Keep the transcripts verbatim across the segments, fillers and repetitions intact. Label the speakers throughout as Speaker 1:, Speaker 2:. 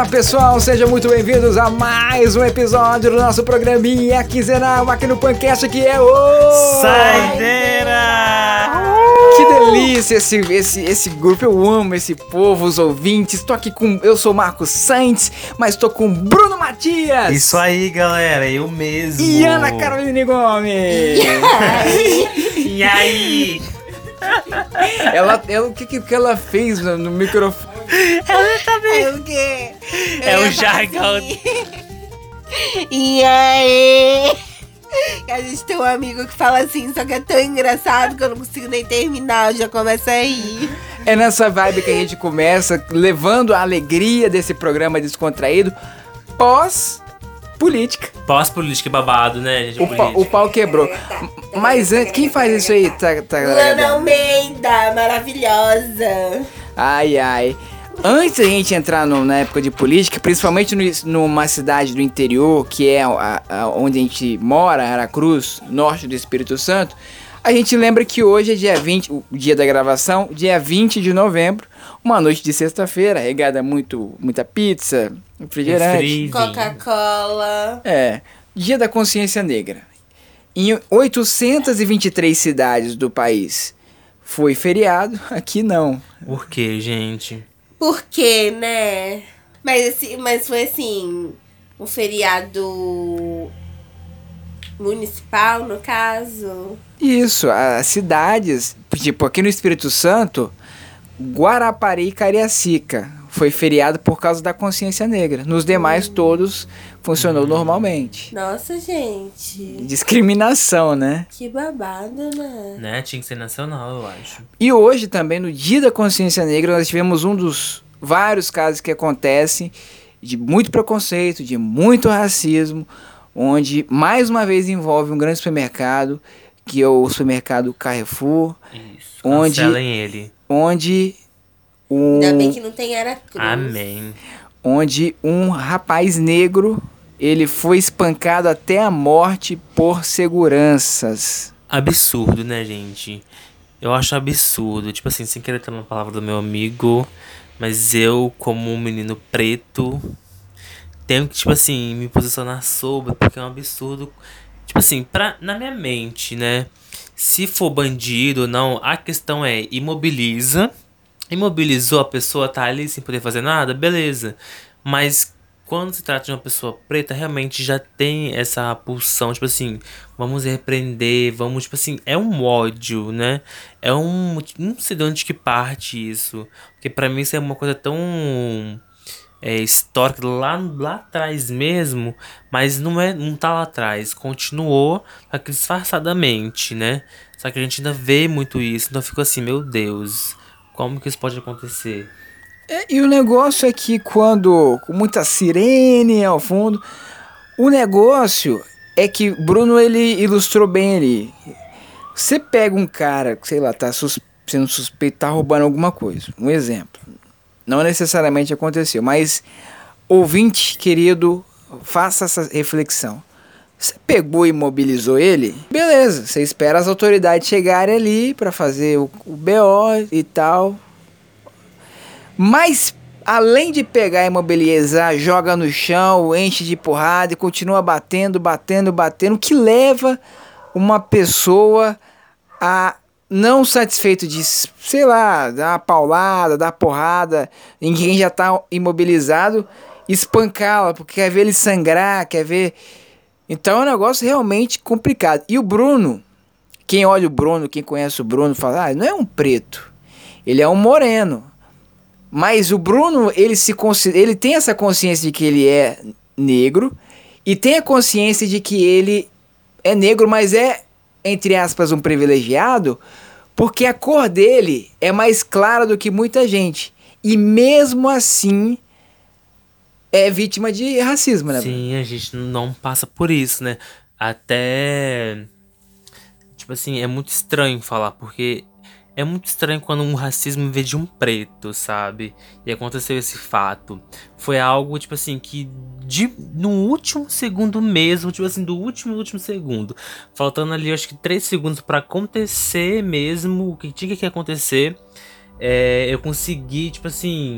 Speaker 1: Olá pessoal, sejam muito bem-vindos a mais um episódio do nosso programinha quinzenal aqui no Pancast, que é o...
Speaker 2: Saideira!
Speaker 1: Que delícia esse, esse, esse grupo, eu amo esse povo, os ouvintes. Estou aqui com, eu sou o Marcos Sainz, mas estou com Bruno Matias.
Speaker 2: Isso aí, galera, eu mesmo.
Speaker 1: E Ana Caroline Gomes.
Speaker 2: E aí?
Speaker 1: Ela, ela, o que, que ela fez no, no microfone?
Speaker 2: Ela também.
Speaker 3: É o quê?
Speaker 2: É
Speaker 3: Eu
Speaker 2: o
Speaker 3: ia
Speaker 2: jargão.
Speaker 3: assim. E aí? A gente tem um amigo que fala assim, só que é tão engraçado que eu não consigo nem terminar, eu já começo a rir.
Speaker 1: É nessa vibe que a gente começa, levando a alegria desse programa descontraído, pós-política.
Speaker 2: Pós-política babado, né, gente?
Speaker 1: O, pa, o pau quebrou. Mas antes, quem faz isso aí? Tá, tá,
Speaker 3: Lana Almeida, maravilhosa.
Speaker 1: Ai, ai. Antes da gente entrar no, na época de política, principalmente no, numa cidade do interior, que é a, a, onde a gente mora, Aracruz, norte do Espírito Santo, a gente lembra que hoje é dia vinte, o dia da gravação, dia vinte de novembro, uma noite de sexta-feira, regada muito, muita pizza, refrigerante.
Speaker 3: Coca-Cola.
Speaker 1: É, dia da consciência negra. Em oitocentas e vinte e três cidades do país foi feriado, aqui não.
Speaker 2: Por quê, gente?
Speaker 3: Por quê, né? Mas, assim, mas foi assim, um feriado municipal, no caso.
Speaker 1: Isso, as cidades, tipo aqui no Espírito Santo, Guarapari e Cariacica foi feriado por causa da consciência negra. Nos demais hum. todos funcionou hum. normalmente.
Speaker 3: Nossa, gente.
Speaker 1: Discriminação, né?
Speaker 3: Que babado, né?
Speaker 2: Né, tinha que ser nacional, eu acho.
Speaker 1: E hoje também, no dia da consciência negra, nós tivemos um dos vários casos que acontecem de muito preconceito, de muito racismo, onde mais uma vez envolve um grande supermercado, que é o supermercado Carrefour.
Speaker 2: Isso,
Speaker 1: onde,
Speaker 2: cancelem ele.
Speaker 1: Onde um,
Speaker 3: Ainda bem que não tem Aracruz.
Speaker 2: Amém.
Speaker 1: Onde um rapaz negro, ele foi espancado até a morte por seguranças.
Speaker 2: Absurdo, né, gente? Eu acho absurdo. Tipo assim, sem querer ter uma palavra do meu amigo, mas eu, como um menino preto, tenho que, tipo assim, me posicionar sobre, porque é um absurdo. Tipo assim, pra, na minha mente, né? Se for bandido ou não, a questão é, imobiliza. Imobilizou, a pessoa tá ali sem poder fazer nada, beleza. Mas quando se trata de uma pessoa preta, realmente já tem essa pulsão, tipo assim, vamos repreender, vamos, tipo assim, é um ódio, né? É um, não sei de onde que parte isso. Porque pra mim isso é uma coisa tão... É, histórica lá, lá atrás mesmo, mas não, é, não tá lá atrás, continuou só que disfarçadamente, né? Só que a gente ainda vê muito isso, então eu fico assim, meu Deus, como que isso pode acontecer?
Speaker 1: É, e o negócio é que quando, com muita sirene ao fundo, o negócio é que Bruno, ele ilustrou bem ali. Você pega um cara, sei lá, tá sus, sendo suspeito, tá roubando alguma coisa, um exemplo. Não necessariamente aconteceu, mas ouvinte querido, faça essa reflexão. Você pegou e imobilizou ele? Beleza, você espera as autoridades chegarem ali para fazer o, o B O e tal. Mas além de pegar e imobilizar, joga no chão, enche de porrada e continua batendo, batendo, batendo, que leva uma pessoa a... não satisfeito de, sei lá, dar uma paulada, dar porrada em quem já tá imobilizado, espancá-la, porque quer ver ele sangrar, quer ver... Então é um negócio realmente complicado. E o Bruno, quem olha o Bruno, quem conhece o Bruno, fala, ah, não é um preto, ele é um moreno. Mas o Bruno, ele, se considera, ele tem essa consciência de que ele é negro, e tem a consciência de que ele é negro, mas é, entre aspas, um privilegiado, porque a cor dele é mais clara do que muita gente. E mesmo assim, é vítima de racismo, né?
Speaker 2: Sim, a gente não passa por isso, né? Até... Tipo assim, é muito estranho falar, porque... É muito estranho quando um racismo vem de um preto, sabe? E aconteceu esse fato. Foi algo, tipo assim, que de, no último segundo mesmo, tipo assim, do último, último segundo. Faltando ali, acho que três segundos pra acontecer mesmo o que tinha que acontecer. É, eu consegui, tipo assim,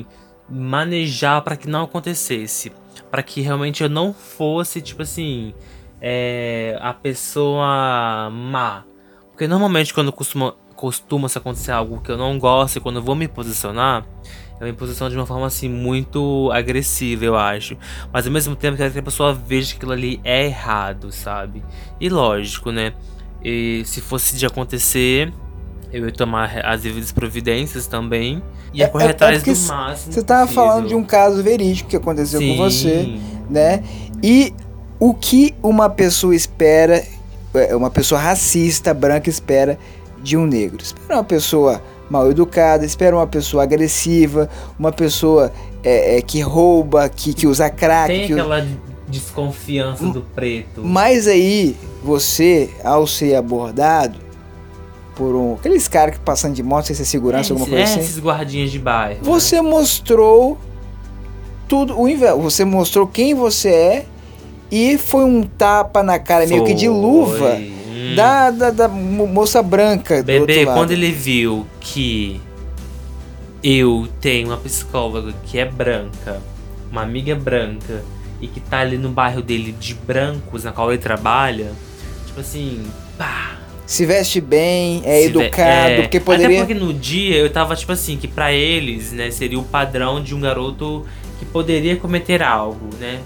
Speaker 2: manejar para que não acontecesse. Para que realmente eu não fosse, tipo assim, é, a pessoa má. Porque normalmente quando costuma, costuma se acontecer algo que eu não gosto, e quando eu vou me posicionar, eu me posiciono de uma forma assim muito agressiva, eu acho. Mas ao mesmo tempo eu quero que a pessoa veja que aquilo ali é errado, sabe? E lógico, né? E se fosse de acontecer, eu ia tomar as devidas providências também. E ia
Speaker 1: É-
Speaker 2: correr
Speaker 1: é- é
Speaker 2: atrás
Speaker 1: porque
Speaker 2: do
Speaker 1: c-
Speaker 2: máximo
Speaker 1: Você tava
Speaker 2: possível.
Speaker 1: falando de um caso verídico que aconteceu com você,
Speaker 2: Sim.
Speaker 1: né? E o que uma pessoa espera, é, uma pessoa racista, branca, espera de um negro? Espera uma pessoa mal educada, espera uma pessoa agressiva, uma pessoa é, é, que rouba, que, que usa crack.
Speaker 2: Tem
Speaker 1: que usa-
Speaker 2: aquela desconfiança do preto.
Speaker 1: Mas aí, você, ao ser abordado por um. Aqueles caras que passando de moto, sem ser segurança,
Speaker 2: é,
Speaker 1: alguma coisa
Speaker 2: é,
Speaker 1: assim.
Speaker 2: esses guardinhas de bairro.
Speaker 1: Você mostrou tudo o inverso. Você mostrou quem você é e foi um tapa na cara,
Speaker 2: né?
Speaker 1: meio que de
Speaker 2: Foi.
Speaker 1: luva,
Speaker 2: Hum.
Speaker 1: da, da, da mo- moça branca do outro
Speaker 2: Bebê,
Speaker 1: lado.
Speaker 2: quando ele viu que eu tenho uma psicóloga que é branca, uma amiga branca, e que tá ali no bairro dele de brancos, na qual ele trabalha, tipo assim, pá.
Speaker 1: Se veste bem, é
Speaker 2: se ve-
Speaker 1: educado,
Speaker 2: é,
Speaker 1: porque poderia.
Speaker 2: Até porque no dia eu tava, tipo assim, que pra eles, né, seria o padrão de um garoto que poderia cometer algo, né?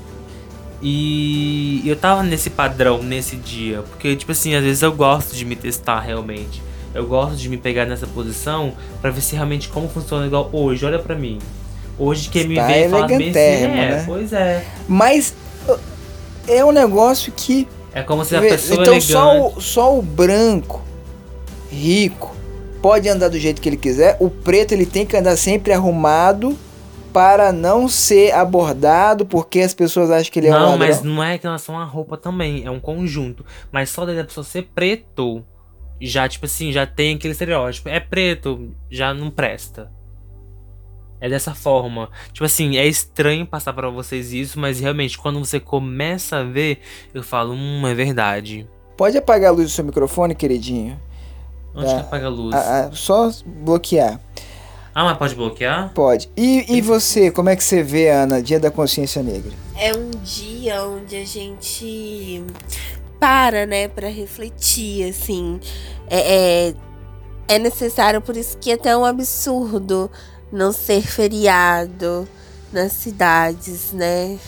Speaker 2: E eu tava nesse padrão nesse dia, porque, tipo assim, às vezes eu gosto de me testar realmente. Eu gosto de me pegar nessa posição pra ver se realmente como funciona igual hoje. Olha pra mim. Hoje quem me
Speaker 1: Está
Speaker 2: vê fala bem assim,
Speaker 1: elegantérrimo,
Speaker 2: é,
Speaker 1: né?
Speaker 2: pois é.
Speaker 1: Mas uh, é um negócio que.
Speaker 2: É como se a
Speaker 1: Vê,
Speaker 2: pessoa
Speaker 1: então
Speaker 2: elegante...
Speaker 1: só o, só o branco, rico, pode andar do jeito que ele quiser. O preto ele tem que andar sempre arrumado para não ser abordado, porque as pessoas acham que ele é um
Speaker 2: Não,
Speaker 1: ladrão.
Speaker 2: mas não é que relação à roupa também, é um conjunto. Mas só da pessoa ser preto, já, tipo assim, já tem aquele estereótipo. É preto, já não presta. É dessa forma. Tipo assim, é estranho passar pra vocês isso, mas realmente, quando você começa a ver, eu falo, hum, é verdade.
Speaker 1: Pode apagar a luz do seu microfone, queridinho?
Speaker 2: Onde
Speaker 1: Tá.
Speaker 2: que apaga a luz?
Speaker 1: Ah, ah, só bloquear.
Speaker 2: Ah, mas pode bloquear?
Speaker 1: Pode. E, e você, como é que você vê, Ana, Dia da Consciência Negra?
Speaker 3: É um dia onde a gente para, né, pra refletir, assim. É, é, é necessário, por isso que é tão absurdo não ser feriado nas cidades, né?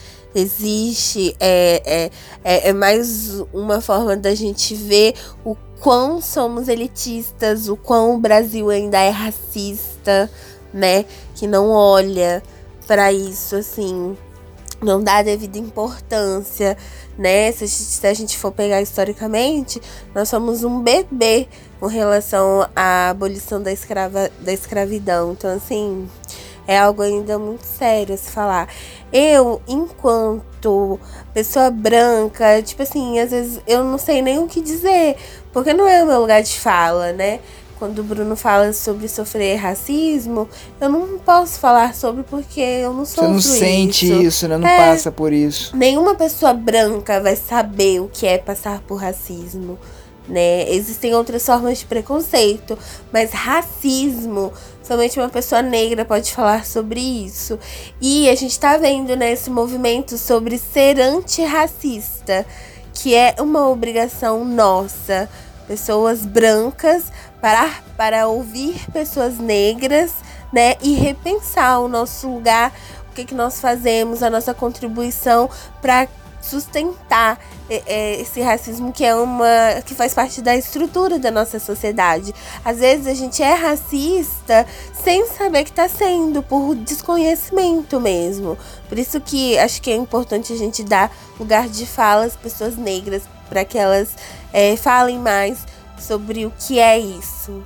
Speaker 3: Existe, é, é, é, é mais uma forma da gente ver o quão somos elitistas, o quão o Brasil ainda é racista, né? Que não olha pra isso, assim, não dá a devida importância, né? Se a, gente, se a gente for pegar historicamente, nós somos um bebê com relação à abolição da, escrava, da escravidão. Então, assim, é algo ainda muito sério a se falar. Eu, enquanto pessoa branca, tipo assim, às vezes eu não sei nem o que dizer, porque não é o meu lugar de fala, né? Quando o Bruno fala sobre sofrer racismo, eu não posso falar sobre porque eu não
Speaker 1: Você
Speaker 3: sofro
Speaker 1: não
Speaker 3: isso.
Speaker 1: sente isso, né? Não
Speaker 3: É.
Speaker 1: passa por isso.
Speaker 3: Nenhuma pessoa branca vai saber o que é passar por racismo, né? Existem outras formas de preconceito, mas racismo, somente uma pessoa negra pode falar sobre isso. E a gente tá vendo, né, esse movimento sobre ser antirracista, que é uma obrigação nossa, pessoas brancas, parar para ouvir pessoas negras, né, e repensar o nosso lugar, o que, que nós fazemos, a nossa contribuição para sustentar é, é, esse racismo que é uma que faz parte da estrutura da nossa sociedade. Às vezes a gente é racista sem saber que está sendo, por desconhecimento mesmo. Por isso que acho que é importante a gente dar lugar de fala às pessoas negras, para que elas é, falem mais sobre o que é isso.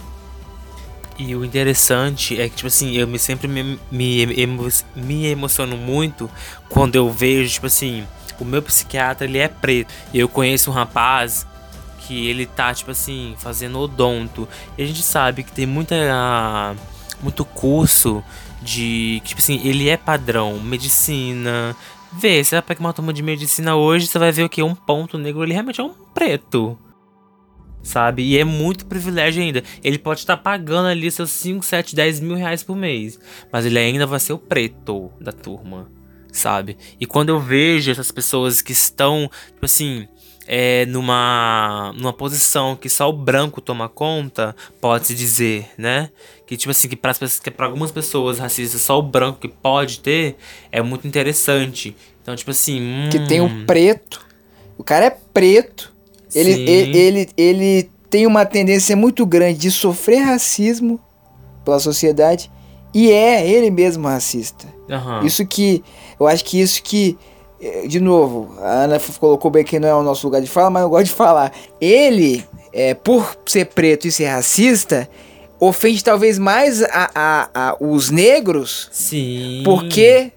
Speaker 2: E o interessante é que, tipo assim, eu me sempre me, me, emo, me emociono muito quando eu vejo, tipo assim, o meu psiquiatra, ele é preto. E eu conheço um rapaz que ele tá, tipo assim, fazendo odonto. E a gente sabe que tem muita, muito curso de, tipo assim, ele é padrão, medicina. Vê, você vai pegar uma turma de medicina hoje, você vai ver o que? Um ponto negro, ele realmente é um preto. sabe? E é muito privilégio ainda. Ele pode estar pagando ali seus cinco, sete, dez mil reais por mês, mas ele ainda vai ser o preto da turma, sabe? E quando eu vejo essas pessoas que estão, tipo assim, é, numa, numa posição que só o branco toma conta, pode-se dizer, né? Que, tipo assim, que para que pra algumas pessoas racistas só o branco que pode ter, é muito interessante. Então, tipo assim... Hum,
Speaker 1: Que tem o preto, o cara é preto, ele,
Speaker 2: sim.
Speaker 1: ele, ele, ele tem uma tendência muito grande de sofrer racismo pela sociedade e é ele mesmo racista.
Speaker 2: Aham.
Speaker 1: Isso que, eu acho que isso que, eh, de novo, a Ana colocou bem que não é o nosso lugar de fala, mas eu gosto de falar. Ele, é, por ser preto e ser racista, ofende talvez mais a, a, a, os negros,
Speaker 2: Sim.
Speaker 1: porque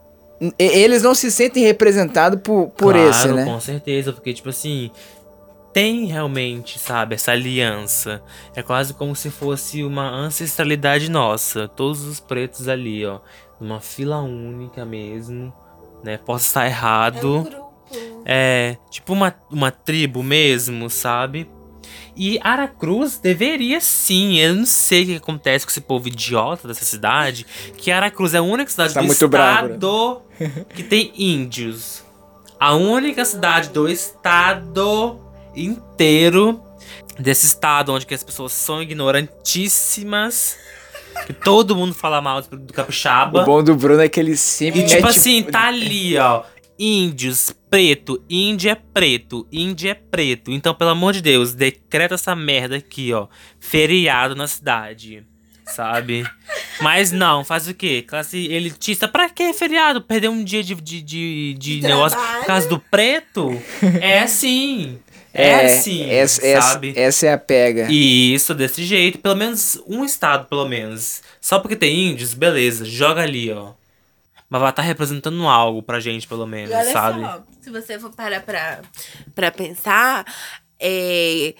Speaker 1: e- eles não se sentem representados por, por
Speaker 2: claro,
Speaker 1: esse, né?
Speaker 2: com certeza, porque, tipo assim, tem realmente, sabe, essa aliança. É quase como se fosse uma ancestralidade nossa. Todos os pretos ali, ó, numa fila única mesmo, né? Posso estar
Speaker 3: É um
Speaker 2: errado.
Speaker 3: grupo.
Speaker 2: É, tipo uma, uma tribo mesmo, sabe? E Aracruz deveria sim. Eu não sei o que acontece com esse povo idiota dessa cidade. Que Aracruz é a única cidade
Speaker 1: Tá
Speaker 2: do
Speaker 1: muito bravo, né?
Speaker 2: estado que tem índios. A única cidade do estado inteiro desse estado onde que as pessoas são ignorantíssimas. Que todo mundo fala mal do
Speaker 1: O
Speaker 2: capixaba.
Speaker 1: bom do Bruno é que ele sempre
Speaker 2: E tipo
Speaker 1: mete-
Speaker 2: assim, tá ali, ó. Índios, preto, índio é preto, índio é preto. Então, pelo amor de Deus, decreta essa merda aqui, ó. Feriado na cidade, sabe? Mas não, faz o quê? Classe elitista, pra que feriado? Perder um dia de, de, de, de
Speaker 3: De
Speaker 2: negócio
Speaker 3: trabalho.
Speaker 2: por causa do preto? É assim. É, assim,
Speaker 1: essa, essa,
Speaker 2: sabe?
Speaker 1: essa é a pega.
Speaker 2: E isso desse jeito, pelo menos um estado, pelo menos. Só porque tem índios, beleza, joga ali, ó. Mas vai estar representando algo pra gente, pelo menos,
Speaker 3: E olha
Speaker 2: sabe?
Speaker 3: só, se você for parar pra, pra pensar, é...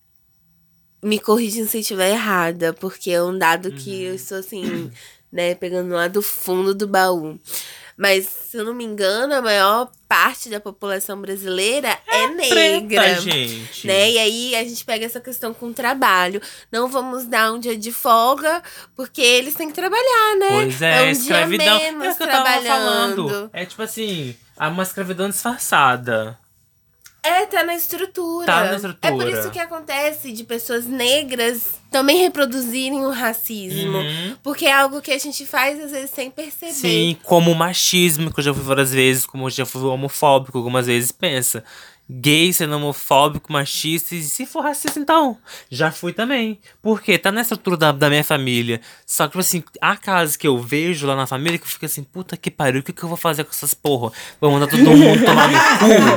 Speaker 3: me corrija se eu estiver errada, porque é um dado que eu estou assim, né, pegando lá do fundo do baú. Mas, se eu não me engano, a maior parte da população brasileira é, negra.
Speaker 2: Preta, gente.
Speaker 3: Né? E aí a gente pega essa questão com o trabalho. Não vamos dar um dia de folga, porque eles têm que trabalhar, né?
Speaker 2: Pois é,
Speaker 3: um
Speaker 2: escravidão.
Speaker 3: dia menos
Speaker 2: É o que eu tava
Speaker 3: trabalhando.
Speaker 2: falando. É tipo assim, há uma escravidão disfarçada.
Speaker 3: É, tá na estrutura.
Speaker 2: Tá na estrutura.
Speaker 3: É por isso que acontece de pessoas negras também reproduzirem o racismo.
Speaker 2: Uhum.
Speaker 3: Porque é algo que a gente faz, às vezes, sem perceber.
Speaker 2: Sim, como o machismo, que eu já fui várias vezes, como eu já fui homofóbico algumas vezes. Pensa, gay sendo homofóbico, machista, e se for racista, então, já fui também. Porque tá na estrutura da, da minha família. Só que, tipo assim, há casos que eu vejo lá na família que eu fico assim, puta que pariu, o que, que eu vou fazer com essas porra? Vou mandar todo mundo tomar no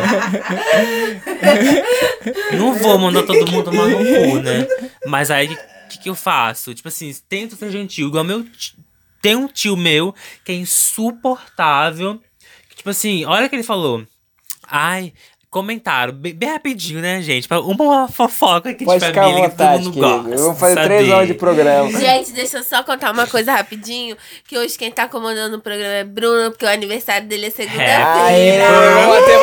Speaker 2: cu? Não vou mandar todo mundo tomar no cu, né? Mas aí, o que, que eu faço? Tipo assim, tento ser gentil, igual meu tio. Tem um tio meu que é insuportável. Que, tipo assim, olha o que ele falou. Ai, comentaram, bem, bem rapidinho, né, gente? Pra uma fofoca aqui
Speaker 1: Pode
Speaker 2: de
Speaker 1: ficar à
Speaker 2: família que todo
Speaker 1: vontade,
Speaker 2: mundo
Speaker 1: querido.
Speaker 2: gosta.
Speaker 1: Vamos fazer
Speaker 2: saber.
Speaker 1: três horas de programa.
Speaker 3: Gente, deixa eu só contar uma coisa rapidinho. Que hoje quem tá comandando o programa é Bruno, porque o aniversário dele é
Speaker 1: Aê,
Speaker 3: segunda-feira.
Speaker 1: vamos bater,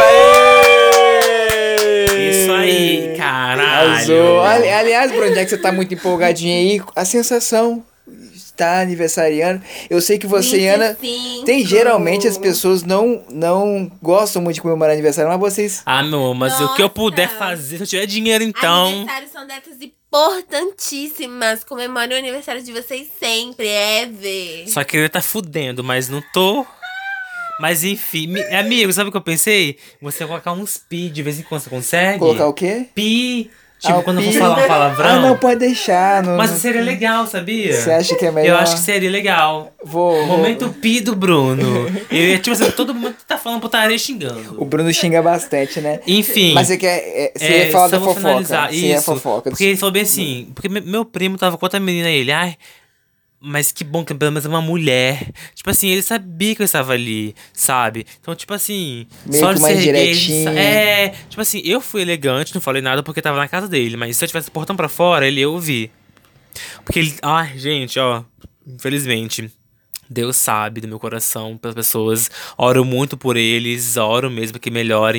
Speaker 1: aê!
Speaker 2: Isso aí, caralho.
Speaker 1: Arrasou. Ali- Aliás, Bruno, já que você tá muito empolgadinho aí, a sensação está aniversariando. Eu sei que você e Ana...
Speaker 3: vinte e cinco.
Speaker 1: Tem, geralmente as pessoas não, não gostam muito de comemorar aniversário, mas vocês...
Speaker 2: Ah, meu, mas o que eu
Speaker 3: Nossa.
Speaker 2: puder fazer, se eu tiver dinheiro, então...
Speaker 3: Aniversários são datas importantíssimas. Comemore o aniversário de vocês sempre, Eve.
Speaker 2: Só queria tá fudendo, mas não tô. Mas enfim, mi- amigo, sabe o que eu pensei? Você colocar uns pi de vez em quando, você consegue?
Speaker 1: Colocar o quê?
Speaker 2: Pi. Tipo,
Speaker 1: Ah, o
Speaker 2: quando eu
Speaker 1: pi.
Speaker 2: vou falar um palavrão.
Speaker 1: Ah, não, pode deixar. Não,
Speaker 2: Mas
Speaker 1: não-
Speaker 2: seria legal, sabia?
Speaker 1: Você acha que é melhor?
Speaker 2: Eu acho que seria legal.
Speaker 1: Vou, vou-
Speaker 2: Momento pi do Bruno. Eu ia, tipo assim, todo mundo tá falando putaria xingando.
Speaker 1: O Bruno xinga bastante, né?
Speaker 2: Enfim.
Speaker 1: Mas você quer... é, você
Speaker 2: É,
Speaker 1: ia falar
Speaker 2: só
Speaker 1: da
Speaker 2: vou
Speaker 1: fofoca.
Speaker 2: finalizar.
Speaker 1: Você ia
Speaker 2: Isso.
Speaker 1: fofoca.
Speaker 2: Porque ele falou bem assim. Porque me- meu primo tava com outra menina ele. Ai, mas que bom que pelo menos é uma mulher. Tipo assim, ele sabia que eu estava ali, sabe? Então, tipo assim.
Speaker 1: Meio
Speaker 2: só
Speaker 1: que
Speaker 2: de
Speaker 1: mais
Speaker 2: ser gay,
Speaker 1: direitinho.
Speaker 2: É. Tipo assim, eu fui elegante, não falei nada porque tava na casa dele. Mas se eu tivesse portão pra fora, ele ia ouvir. Porque ele. Ai, gente, ó. Infelizmente. Deus sabe do meu coração pelas pessoas. Oro muito por eles, oro mesmo que melhorem.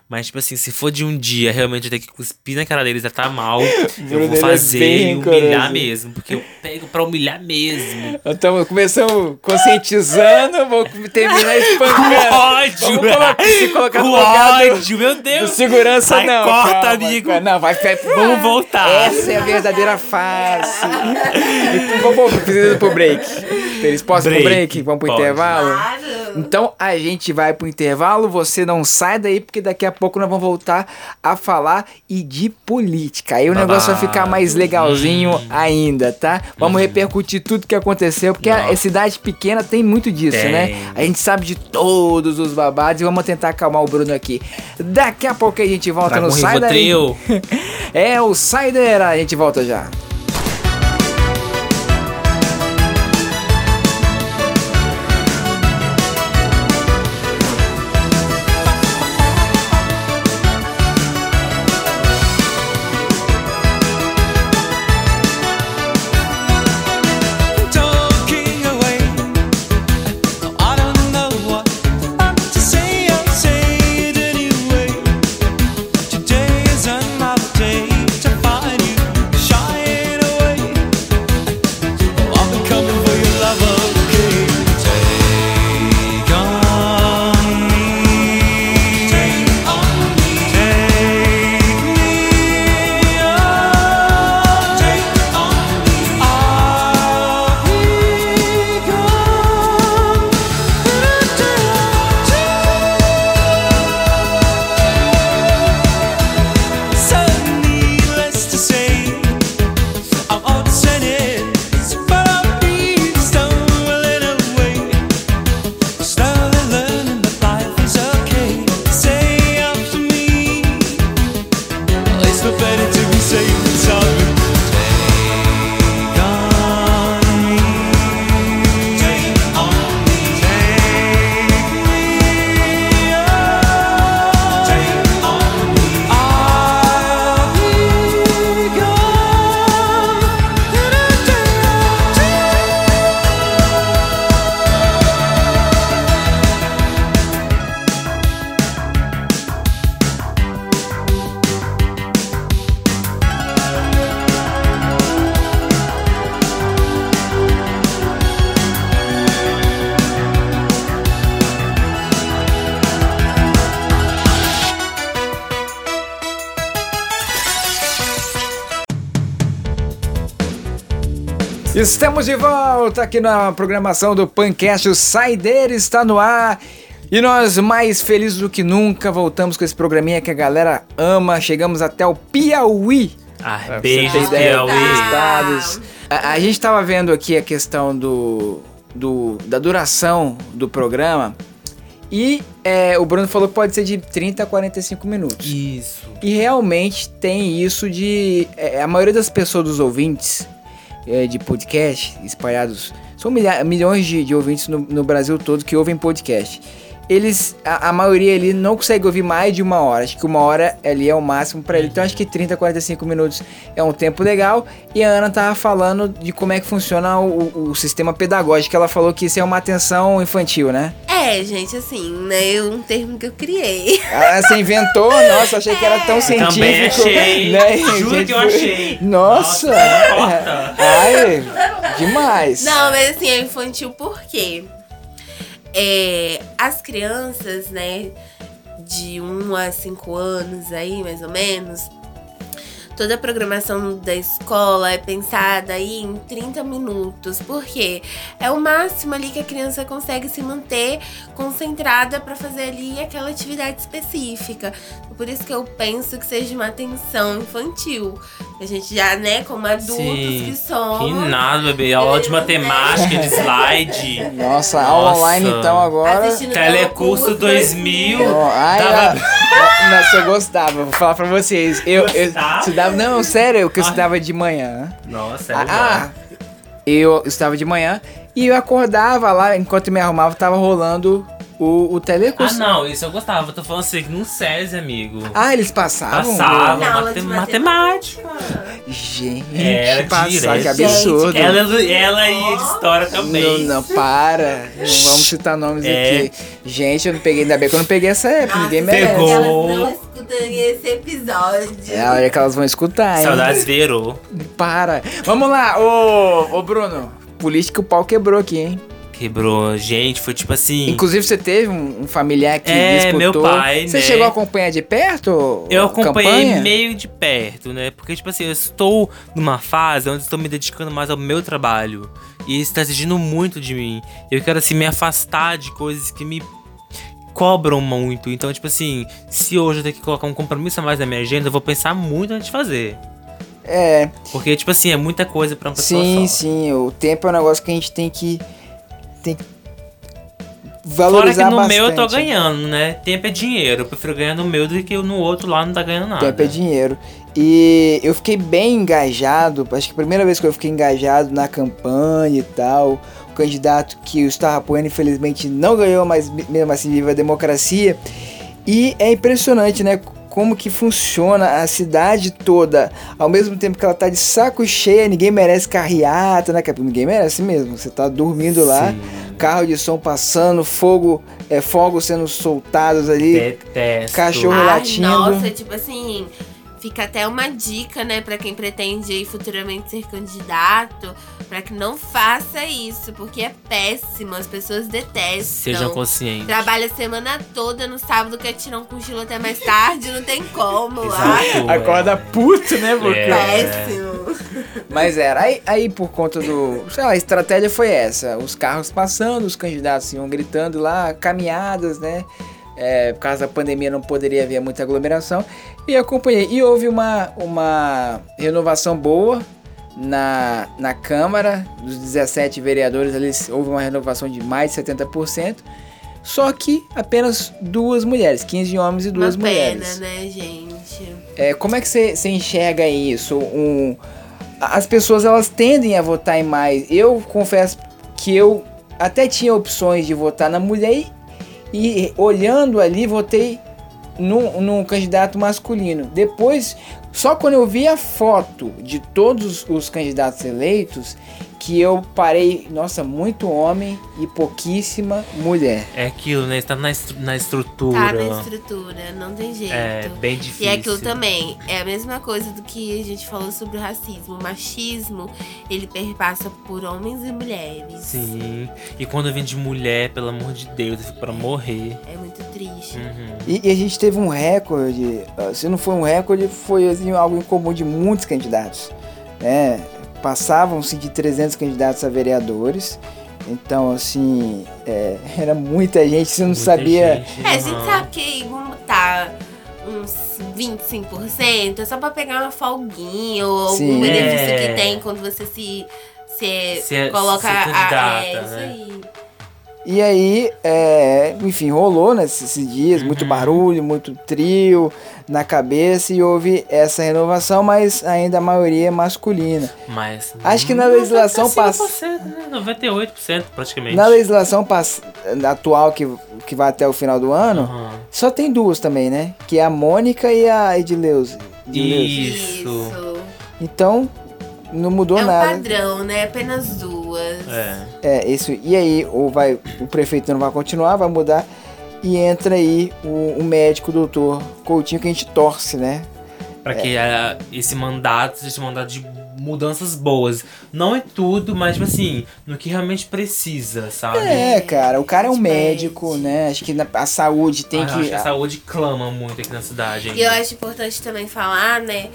Speaker 2: Mas, tipo assim, se for de um dia realmente eu ter que cuspir na cara deles e tá mal, eu
Speaker 1: Bruno,
Speaker 2: vou
Speaker 1: ele é
Speaker 2: fazer
Speaker 1: bem
Speaker 2: e humilhar
Speaker 1: rancoroso.
Speaker 2: mesmo. Porque eu pego pra humilhar mesmo.
Speaker 1: Então, começamos conscientizando, vou terminar espancando.
Speaker 2: Com ódio!
Speaker 1: Vamos colocar, se colocar
Speaker 2: Com
Speaker 1: no lugar do,
Speaker 2: ódio, meu
Speaker 1: do
Speaker 2: Deus!
Speaker 1: segurança,
Speaker 2: Sai,
Speaker 1: não.
Speaker 2: corta,
Speaker 1: calma,
Speaker 2: amigo.
Speaker 1: calma. Não, vai, vai.
Speaker 2: Vamos voltar.
Speaker 1: Essa é a verdadeira face. Então, vamos, precisa ir pro break. Eles possam ir pro
Speaker 2: Break,
Speaker 1: break? Vamos pro
Speaker 2: pode.
Speaker 1: intervalo?
Speaker 3: Claro.
Speaker 1: Então a gente vai pro intervalo, você não sai daí, porque daqui a pouco nós vamos voltar a falar e de política. Aí o
Speaker 2: Babado.
Speaker 1: negócio vai ficar mais legalzinho
Speaker 2: Hum.
Speaker 1: ainda, tá? Vamos repercutir tudo que aconteceu, porque a, a
Speaker 2: Nossa.
Speaker 1: cidade pequena tem muito disso,
Speaker 2: Tem.
Speaker 1: né? A gente sabe de todos os babados e vamos tentar acalmar o Bruno aqui. Daqui a pouco a gente volta
Speaker 2: Traga
Speaker 1: no
Speaker 2: um
Speaker 1: Sai Daí.
Speaker 2: Rivotril.
Speaker 1: É o Saider, a gente volta já.
Speaker 4: Talking away, I don't know what to say. I'll say it anyway. Today is another day to find you shying away. I've been coming for your love, okay? Take on me, take on me, take me on, take on me. I'll be gone. Suddenly, less to say. I'm all sentence, but I'll be stumbling away. Slowly learning that life is okay. Say after me, it's no better to be safe than sorry. Take on me, take on me, take me on, take on me. I'll be gone in a day or two.
Speaker 1: Estamos de volta aqui na programação do Pancast. O Saideira está no ar. E nós, mais felizes do que nunca, voltamos com esse programinha que a galera ama. Chegamos até o Piauí.
Speaker 2: Ai,
Speaker 1: Pra você
Speaker 2: beijos,
Speaker 1: ter ideia dos
Speaker 2: Piauí.
Speaker 1: estados. A, a gente tava vendo aqui a questão do, do da duração do programa. E é, o Bruno falou que pode ser de trinta a quarenta e cinco minutos.
Speaker 2: Isso.
Speaker 1: E realmente tem isso de... é, a maioria das pessoas, dos ouvintes é, de podcast espalhados... São milha- milhões de, de ouvintes no, no Brasil todo que ouvem podcast. Eles, a, a maioria ali não consegue ouvir mais de uma hora. Acho que uma hora ali é o máximo pra ele. Então acho que trinta, quarenta e cinco minutos é um tempo legal. E a Ana tava falando de como é que funciona o, o sistema pedagógico. Ela falou que isso é uma atenção infantil, né?
Speaker 3: É, gente, assim, né? Um termo que eu criei.
Speaker 1: Ah, você inventou? Nossa, achei que era tão científico.
Speaker 2: Também achei.
Speaker 1: Né?
Speaker 2: Juro
Speaker 1: Gente,
Speaker 2: que eu achei.
Speaker 1: Nossa!
Speaker 2: Nossa, não importa.
Speaker 1: Ai, demais.
Speaker 3: Não, mas assim, é infantil por quê? É, as crianças, né, de um a cinco anos aí, mais ou menos, toda a programação da escola é pensada aí em trinta minutos. Por quê? É o máximo ali que a criança consegue se manter concentrada para fazer ali aquela atividade específica. Por isso que eu penso que seja uma atenção infantil. A gente já, né, como adultos
Speaker 2: Sim.
Speaker 3: que somos...
Speaker 2: Que nada, bebê. Aula de matemática, de slide.
Speaker 1: Nossa, aula
Speaker 2: Nossa.
Speaker 1: online então agora.
Speaker 3: Assistindo
Speaker 2: Telecurso
Speaker 3: Telecurso
Speaker 2: dois mil.
Speaker 1: Ó, ai,
Speaker 2: Tava-
Speaker 1: ah, nossa, eu gostava. Vou falar pra vocês. Eu, eu
Speaker 2: Gostava?
Speaker 1: estudava. Não, sério, eu que eu
Speaker 2: Ai.
Speaker 1: estudava de manhã.
Speaker 2: Nossa, é
Speaker 1: Ah, eu estudava de manhã e eu acordava lá, enquanto eu me arrumava, tava rolando o, o
Speaker 2: Ah,
Speaker 1: telecurso.
Speaker 2: não, isso eu gostava. Tô falando assim, que num SESI, amigo.
Speaker 1: Ah, eles passavam?
Speaker 2: Passava,
Speaker 3: Não, aula
Speaker 2: mate-
Speaker 3: de
Speaker 2: matemática.
Speaker 1: Gente,
Speaker 2: Era
Speaker 1: passar,
Speaker 2: direto.
Speaker 1: que absurdo.
Speaker 2: Ela, ela ia de história também.
Speaker 1: Não, não, para. Não vamos citar nomes
Speaker 2: É.
Speaker 1: aqui. Gente, eu não peguei, ainda bem que eu não peguei essa época, ninguém merece.
Speaker 2: Pegou.
Speaker 3: Elas não escutam esse episódio.
Speaker 1: É a hora que elas vão escutar, hein?
Speaker 2: Saudades virou.
Speaker 1: Para. Vamos lá, ô, ô Bruno. Política, o pau quebrou aqui, hein?
Speaker 2: Quebrou. Gente, foi tipo assim.
Speaker 1: Inclusive, você teve um, um familiar que
Speaker 2: É,
Speaker 1: disputou.
Speaker 2: meu pai,
Speaker 1: Você
Speaker 2: né?
Speaker 1: chegou a acompanhar de perto?
Speaker 2: Eu
Speaker 1: a
Speaker 2: acompanhei
Speaker 1: campanha?
Speaker 2: meio de perto, né? Porque, tipo assim, eu estou numa fase onde estou me dedicando mais ao meu trabalho. E isso está exigindo muito de mim. Eu quero, assim, me afastar de coisas que me cobram muito. Então, tipo assim, se hoje eu tenho que colocar um compromisso a mais na minha agenda, eu vou pensar muito antes de fazer.
Speaker 1: É,
Speaker 2: Porque, tipo assim, é muita coisa pra uma pessoa
Speaker 1: sim,
Speaker 2: só.
Speaker 1: sim. O tempo é um negócio que a gente tem que. Tem que
Speaker 2: Fora que
Speaker 1: valorizar
Speaker 2: no
Speaker 1: bastante.
Speaker 2: meu eu tô ganhando, né? Tempo é dinheiro. Eu prefiro ganhar no meu do que no outro lá não tá ganhando nada.
Speaker 1: Tempo é dinheiro. E eu fiquei bem engajado, acho que a primeira vez que eu fiquei engajado na campanha e tal. O candidato que eu estava apoiando, infelizmente, não ganhou, mas mesmo assim vive a democracia. E é impressionante, né? Como que funciona a cidade toda. Ao mesmo tempo que ela tá de saco cheio, ninguém merece carreata, né? Ninguém merece mesmo. Você tá dormindo lá,
Speaker 2: Sim.
Speaker 1: carro de som passando, fogo, é, fogos sendo soltados ali.
Speaker 2: Detesto.
Speaker 1: Cachorro
Speaker 3: Ai,
Speaker 1: latindo.
Speaker 3: nossa, tipo assim, fica até uma dica, né, pra quem pretende aí futuramente ser candidato, pra que não faça isso, porque é péssimo, as pessoas detestam.
Speaker 2: Sejam conscientes.
Speaker 3: Trabalha a semana toda, no sábado quer tirar um cochilo até mais tarde, não tem como.
Speaker 2: Exato.
Speaker 3: Ai,
Speaker 1: Acorda puto, né? Porque...
Speaker 2: É.
Speaker 3: péssimo.
Speaker 1: Mas era, aí, aí por conta do... Sei lá, a estratégia foi essa. Os carros passando, os candidatos iam gritando lá, caminhadas, né? É, por causa da pandemia não poderia haver muita aglomeração. E acompanhei. E houve uma, uma renovação boa na, na Câmara. Dos dezessete vereadores, ali, houve uma renovação de mais de setenta por cento. Só que apenas duas mulheres, quinze homens e duas
Speaker 3: Uma
Speaker 1: mulheres.
Speaker 3: pena, né, gente?
Speaker 1: É, como é que você você enxerga isso? Um, as pessoas elas tendem a votar em mais. Eu confesso que eu até tinha opções de votar na mulher e, e olhando ali votei num, num candidato masculino. Depois, só quando eu vi a foto de todos os candidatos eleitos que eu parei, nossa, muito homem e pouquíssima mulher.
Speaker 2: É aquilo, né? Está na, estru- na estrutura.
Speaker 3: Tá na estrutura, não tem jeito.
Speaker 2: É bem difícil.
Speaker 3: E aquilo também é a mesma coisa do que a gente falou sobre o racismo. O machismo, ele perpassa por homens e mulheres.
Speaker 2: Sim. E quando vem de mulher, pelo amor de Deus, eu fico pra morrer.
Speaker 3: É muito triste.
Speaker 2: Uhum.
Speaker 1: E, e a gente teve um recorde, ah, se não foi um recorde, foi assim, algo em comum de muitos candidatos, né? Passavam-se de trezentos candidatos a vereadores, então assim, é, era muita gente, você não
Speaker 2: Muita
Speaker 1: sabia...
Speaker 2: gente,
Speaker 3: É, a gente
Speaker 2: uhum.
Speaker 3: sabe que vamos botar uns vinte e cinco por cento, é só pra pegar uma folguinha ou algum
Speaker 1: Sim.
Speaker 3: benefício
Speaker 2: É.
Speaker 3: que tem quando você se, se,
Speaker 2: Se é-
Speaker 3: coloca
Speaker 2: se
Speaker 3: a.
Speaker 2: candidata,
Speaker 3: É, isso
Speaker 2: né?
Speaker 3: aí.
Speaker 1: E aí, é, enfim, rolou nesses dias, muito
Speaker 2: Uhum.
Speaker 1: barulho, muito trio na cabeça e houve essa renovação, mas ainda a maioria é masculina.
Speaker 2: Mas.
Speaker 1: Acho que na legislação
Speaker 2: passa.
Speaker 1: passa...
Speaker 2: Né? noventa e oito por cento praticamente.
Speaker 1: Na legislação pass- atual, que, que vai até o final do ano,
Speaker 2: Uhum.
Speaker 1: só tem duas também, né? Que é a Mônica e a Edileuze. Edileuze.
Speaker 2: Isso.
Speaker 1: Então, não mudou
Speaker 3: É um
Speaker 1: nada.
Speaker 3: padrão, né? Apenas duas.
Speaker 2: É.
Speaker 1: É, isso. E aí, ou vai, o prefeito não vai continuar, vai mudar. E entra aí o, o médico, o doutor Coutinho, que a gente torce, né?
Speaker 2: Pra que ah, esse mandato, esse mandato de mudanças boas. Não é tudo, mas, tipo assim, no que realmente precisa, sabe?
Speaker 1: É, cara, o cara é um
Speaker 3: Gente.
Speaker 1: médico, né? Acho que na- a saúde tem
Speaker 2: Ah, eu acho
Speaker 1: que.
Speaker 2: que a saúde clama muito aqui na cidade ainda.
Speaker 3: E eu acho importante também falar, né,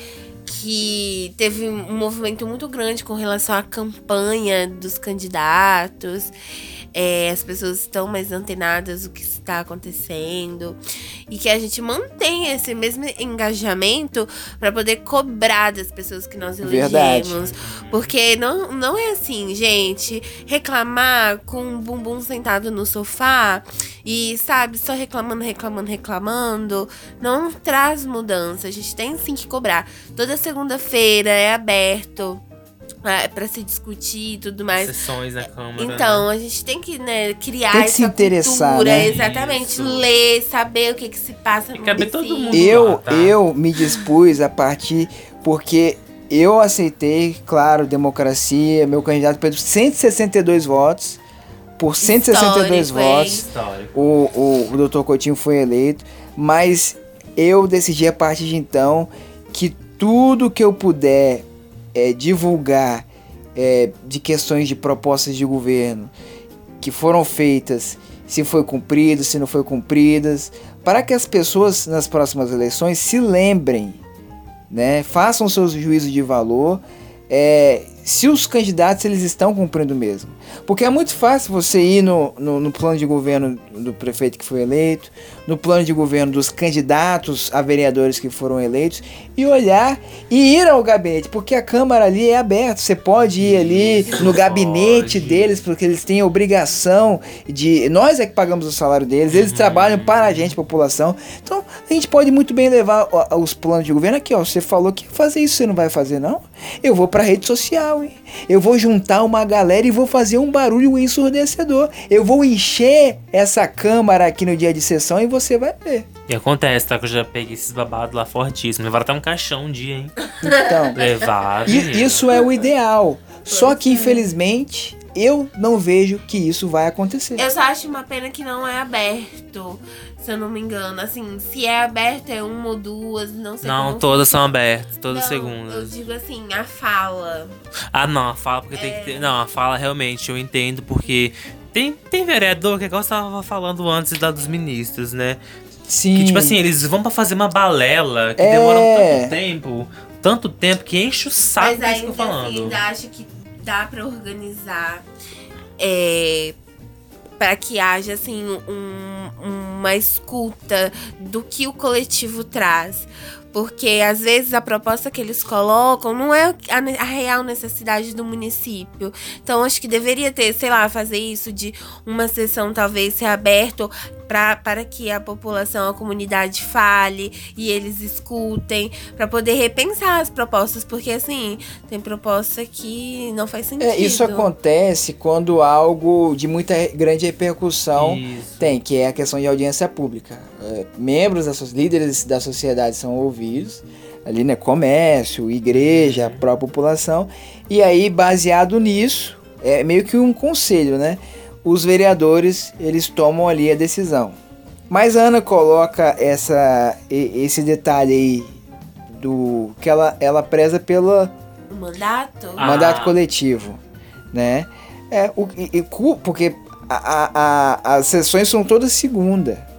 Speaker 3: que teve um movimento muito grande com relação à campanha dos candidatos. É, as pessoas estão mais antenadas do que está acontecendo. E que a gente mantenha esse mesmo engajamento para poder cobrar das pessoas que nós
Speaker 1: Verdade.
Speaker 3: elegemos. Porque não, não é assim, gente, reclamar com o bumbum sentado no sofá e, sabe, só reclamando, reclamando, reclamando, não traz mudança. A gente tem sim que cobrar. Toda segunda-feira é aberto é, para se discutir e tudo mais.
Speaker 2: Sessões na Câmara.
Speaker 3: Então,
Speaker 2: né?
Speaker 3: a gente tem que, né, criar
Speaker 1: Tem que
Speaker 3: essa
Speaker 1: se interessar,
Speaker 3: cultura,
Speaker 1: né?
Speaker 3: exatamente,
Speaker 2: Isso.
Speaker 3: ler, saber o que que se passa
Speaker 2: Tem
Speaker 3: no
Speaker 2: que caber todo
Speaker 3: município.
Speaker 2: mundo.
Speaker 1: Eu,
Speaker 2: lá, tá?
Speaker 1: eu me dispus a partir porque eu aceitei, claro, democracia, meu candidato perdeu cento e sessenta e dois votos, por cento e sessenta e dois
Speaker 3: Histórico, hein?
Speaker 1: votos,
Speaker 2: Histórico.
Speaker 1: o, o, o doutor Coutinho foi eleito, mas eu decidi a partir de então que tudo que eu puder é, divulgar é, de questões de propostas de governo que foram feitas, se foi cumprido, se não foi cumpridas, para que as pessoas nas próximas eleições se lembrem, né, façam seus juízos de valor, é, se os candidatos eles estão cumprindo mesmo. Porque é muito fácil você ir no, no, no plano de governo do prefeito que foi eleito, no plano de governo dos candidatos a vereadores que foram eleitos, e olhar e ir ao gabinete, porque a Câmara ali é aberta. Você pode ir ali
Speaker 2: Isso,
Speaker 1: no gabinete
Speaker 2: pode.
Speaker 1: deles, porque eles têm a obrigação de... Nós é que pagamos o salário deles, eles
Speaker 2: Uhum.
Speaker 1: trabalham para a gente, população. Então, a gente pode muito bem levar ó, os planos de governo aqui, ó. Você falou que ia fazer isso, você não vai fazer, não? Eu vou pra rede social, hein? Eu vou juntar uma galera e vou fazer um barulho ensurdecedor. Eu vou encher essa Câmara aqui no dia de sessão e você vai ver.
Speaker 2: E acontece, tá? Que eu já peguei esses babados lá fortíssimos. Levaram até um caixão um dia, hein?
Speaker 1: Então,
Speaker 2: Levaram.
Speaker 1: i-
Speaker 2: menino.
Speaker 1: isso é o ideal. Só que, infelizmente, eu não vejo que isso vai acontecer.
Speaker 3: Eu só acho uma pena que não é aberto, se eu não me engano. Assim, se é aberto é uma ou duas, não sei
Speaker 2: Não,
Speaker 3: como
Speaker 2: todas são abertas, todas
Speaker 3: Não,
Speaker 2: segundas.
Speaker 3: Eu digo assim, a fala.
Speaker 2: Ah, não, a fala porque tem que ter. Não, a fala realmente eu entendo, porque tem, tem vereador que é igual você tava falando antes da dos ministros, né?
Speaker 1: Sim.
Speaker 2: Que tipo assim, eles vão pra fazer uma balela que
Speaker 1: É.
Speaker 2: demora tanto tempo, tanto tempo que enche o saco
Speaker 3: Mas
Speaker 2: disso que eu
Speaker 3: ainda
Speaker 2: falando.
Speaker 3: assim, ainda acho que dá pra organizar é, para que haja assim um- uma escuta do que o coletivo traz. Porque às vezes a proposta que eles colocam não é a, ne- a real necessidade do município. Então acho que deveria ter, sei lá, fazer isso de uma sessão talvez ser aberto pra, para que a população, a comunidade fale e eles escutem, para poder repensar as propostas. Porque assim, tem proposta que não faz sentido.
Speaker 1: É, isso acontece quando algo de muita re- grande repercussão
Speaker 2: Isso.
Speaker 1: tem, que é a questão de audiência pública. É, membros, das so- líderes da sociedade são ouvidos, ali, né, comércio, igreja, a própria população, e aí, baseado nisso, é meio que um conselho, né? Os vereadores, eles tomam ali a decisão. Mas a Ana coloca essa, e- esse detalhe aí, do que ela, ela preza pela
Speaker 3: O mandato?
Speaker 2: Ah.
Speaker 1: mandato coletivo, né? É, o, e- e cu- porque a, a- a- as sessões são todas segunda.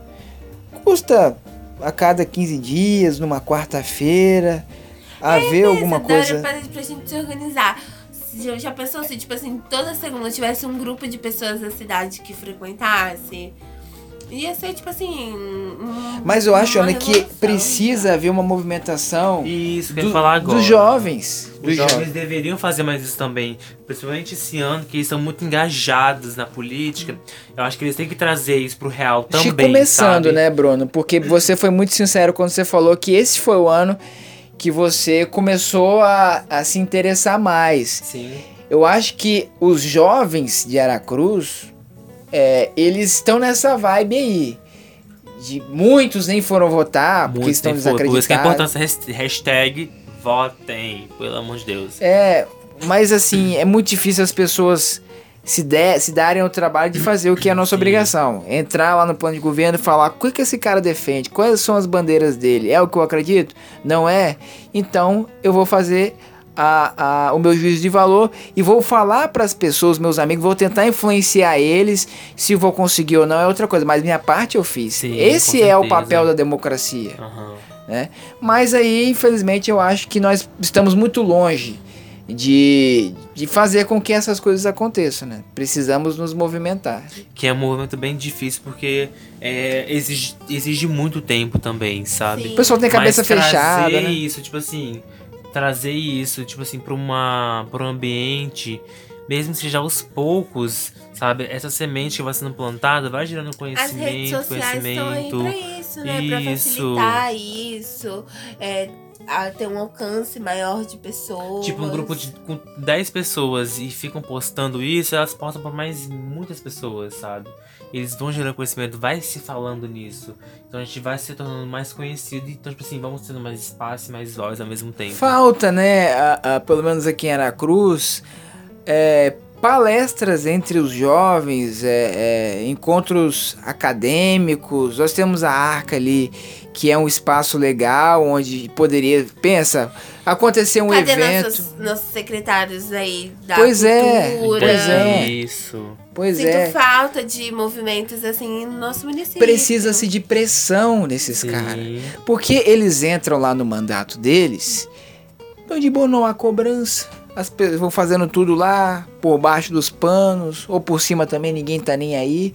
Speaker 1: Custa a cada quinze dias, numa quarta-feira, haver alguma
Speaker 3: Beleza,
Speaker 1: coisa...
Speaker 3: Pra, pra gente se organizar. Já, já pensou se, tipo assim, toda segunda tivesse um grupo de pessoas da cidade que frequentasse? Ia ser, tipo assim... um-
Speaker 1: Mas eu acho,
Speaker 3: uma
Speaker 1: Ana, que
Speaker 3: revolução,
Speaker 1: precisa
Speaker 3: já.
Speaker 1: haver uma movimentação
Speaker 2: Isso que eu
Speaker 1: do-
Speaker 2: ia falar agora.
Speaker 1: dos jovens.
Speaker 2: Os
Speaker 1: Dos
Speaker 2: jovens
Speaker 1: jovens.
Speaker 2: deveriam fazer mais isso também. Principalmente esse ano, que eles são muito engajados na política. Eu acho que eles têm que trazer isso pro real
Speaker 1: Acho que
Speaker 2: também,
Speaker 1: começando,
Speaker 2: sabe?
Speaker 1: né, Bruno? Porque você foi muito sincero quando você falou que esse foi o ano que você começou a, a se interessar mais.
Speaker 2: Sim.
Speaker 1: Eu acho que os jovens de Aracruz, é, eles estão nessa vibe aí. De muitos nem foram votar porque
Speaker 2: Muito
Speaker 1: estão
Speaker 2: tempo. Por isso que é
Speaker 1: desacreditados.
Speaker 2: importante essa hashtag votem, pelo amor de Deus.
Speaker 1: É, mas assim, é muito difícil as pessoas se, der, se darem o trabalho de fazer o que é a nossa
Speaker 2: Sim.
Speaker 1: obrigação. Entrar lá no plano de governo e falar o que, que esse cara defende, quais são as bandeiras dele. É o que eu acredito? Não é? Então eu vou fazer a, a, o meu juízo de valor e vou falar para as pessoas, meus amigos, vou tentar influenciar eles. Se vou conseguir ou não é outra coisa, mas minha parte eu fiz.
Speaker 2: Sim,
Speaker 1: Esse
Speaker 2: com
Speaker 1: é o
Speaker 2: certeza.
Speaker 1: papel da democracia.
Speaker 2: Aham.
Speaker 1: Né? Mas aí, infelizmente, eu acho que nós estamos muito longe de, de fazer com que essas coisas aconteçam, né? Precisamos nos movimentar.
Speaker 2: Que é um movimento bem difícil, porque é, exige, exige muito tempo também, sabe?
Speaker 3: Sim.
Speaker 1: O pessoal tem a cabeça
Speaker 2: Mas
Speaker 1: fechada,
Speaker 2: trazer
Speaker 1: né?
Speaker 2: isso, tipo assim, trazer isso, tipo assim, pra, uma, pra um ambiente, mesmo que seja aos poucos, sabe? Essa semente que vai sendo plantada vai gerando
Speaker 3: As
Speaker 2: conhecimento,
Speaker 3: redes sociais estão aí
Speaker 2: conhecimento.
Speaker 3: pra isso, né? Pra
Speaker 2: Isso.
Speaker 3: facilitar isso. É, a ter um alcance maior de pessoas.
Speaker 2: Tipo, um grupo de, com dez pessoas e ficam postando isso, elas postam pra mais muitas pessoas, sabe? Eles vão gerando conhecimento, vai se falando nisso. Então a gente vai se tornando mais conhecido. Então, tipo assim, vamos tendo mais espaço e mais voz ao mesmo tempo.
Speaker 1: Falta, né, a, a, pelo menos aqui em Aracruz, é, palestras entre os jovens, é, é, encontros acadêmicos. Nós temos a Arca ali, que é um espaço legal, onde poderia, pensa, acontecer um
Speaker 3: Cadê
Speaker 1: evento.
Speaker 3: nossos, nossos secretários aí da
Speaker 1: Pois é,
Speaker 3: cultura?
Speaker 1: pois é.
Speaker 2: Isso.
Speaker 1: Pois
Speaker 3: Sinto
Speaker 1: é,
Speaker 3: falta de movimentos assim no nosso município.
Speaker 1: precisa-se de pressão nesses
Speaker 2: Sim.
Speaker 1: caras. Porque eles entram lá no mandato deles, então de boa não há cobrança. As pessoas vão fazendo tudo lá, por baixo dos panos, ou por cima também, ninguém tá nem aí.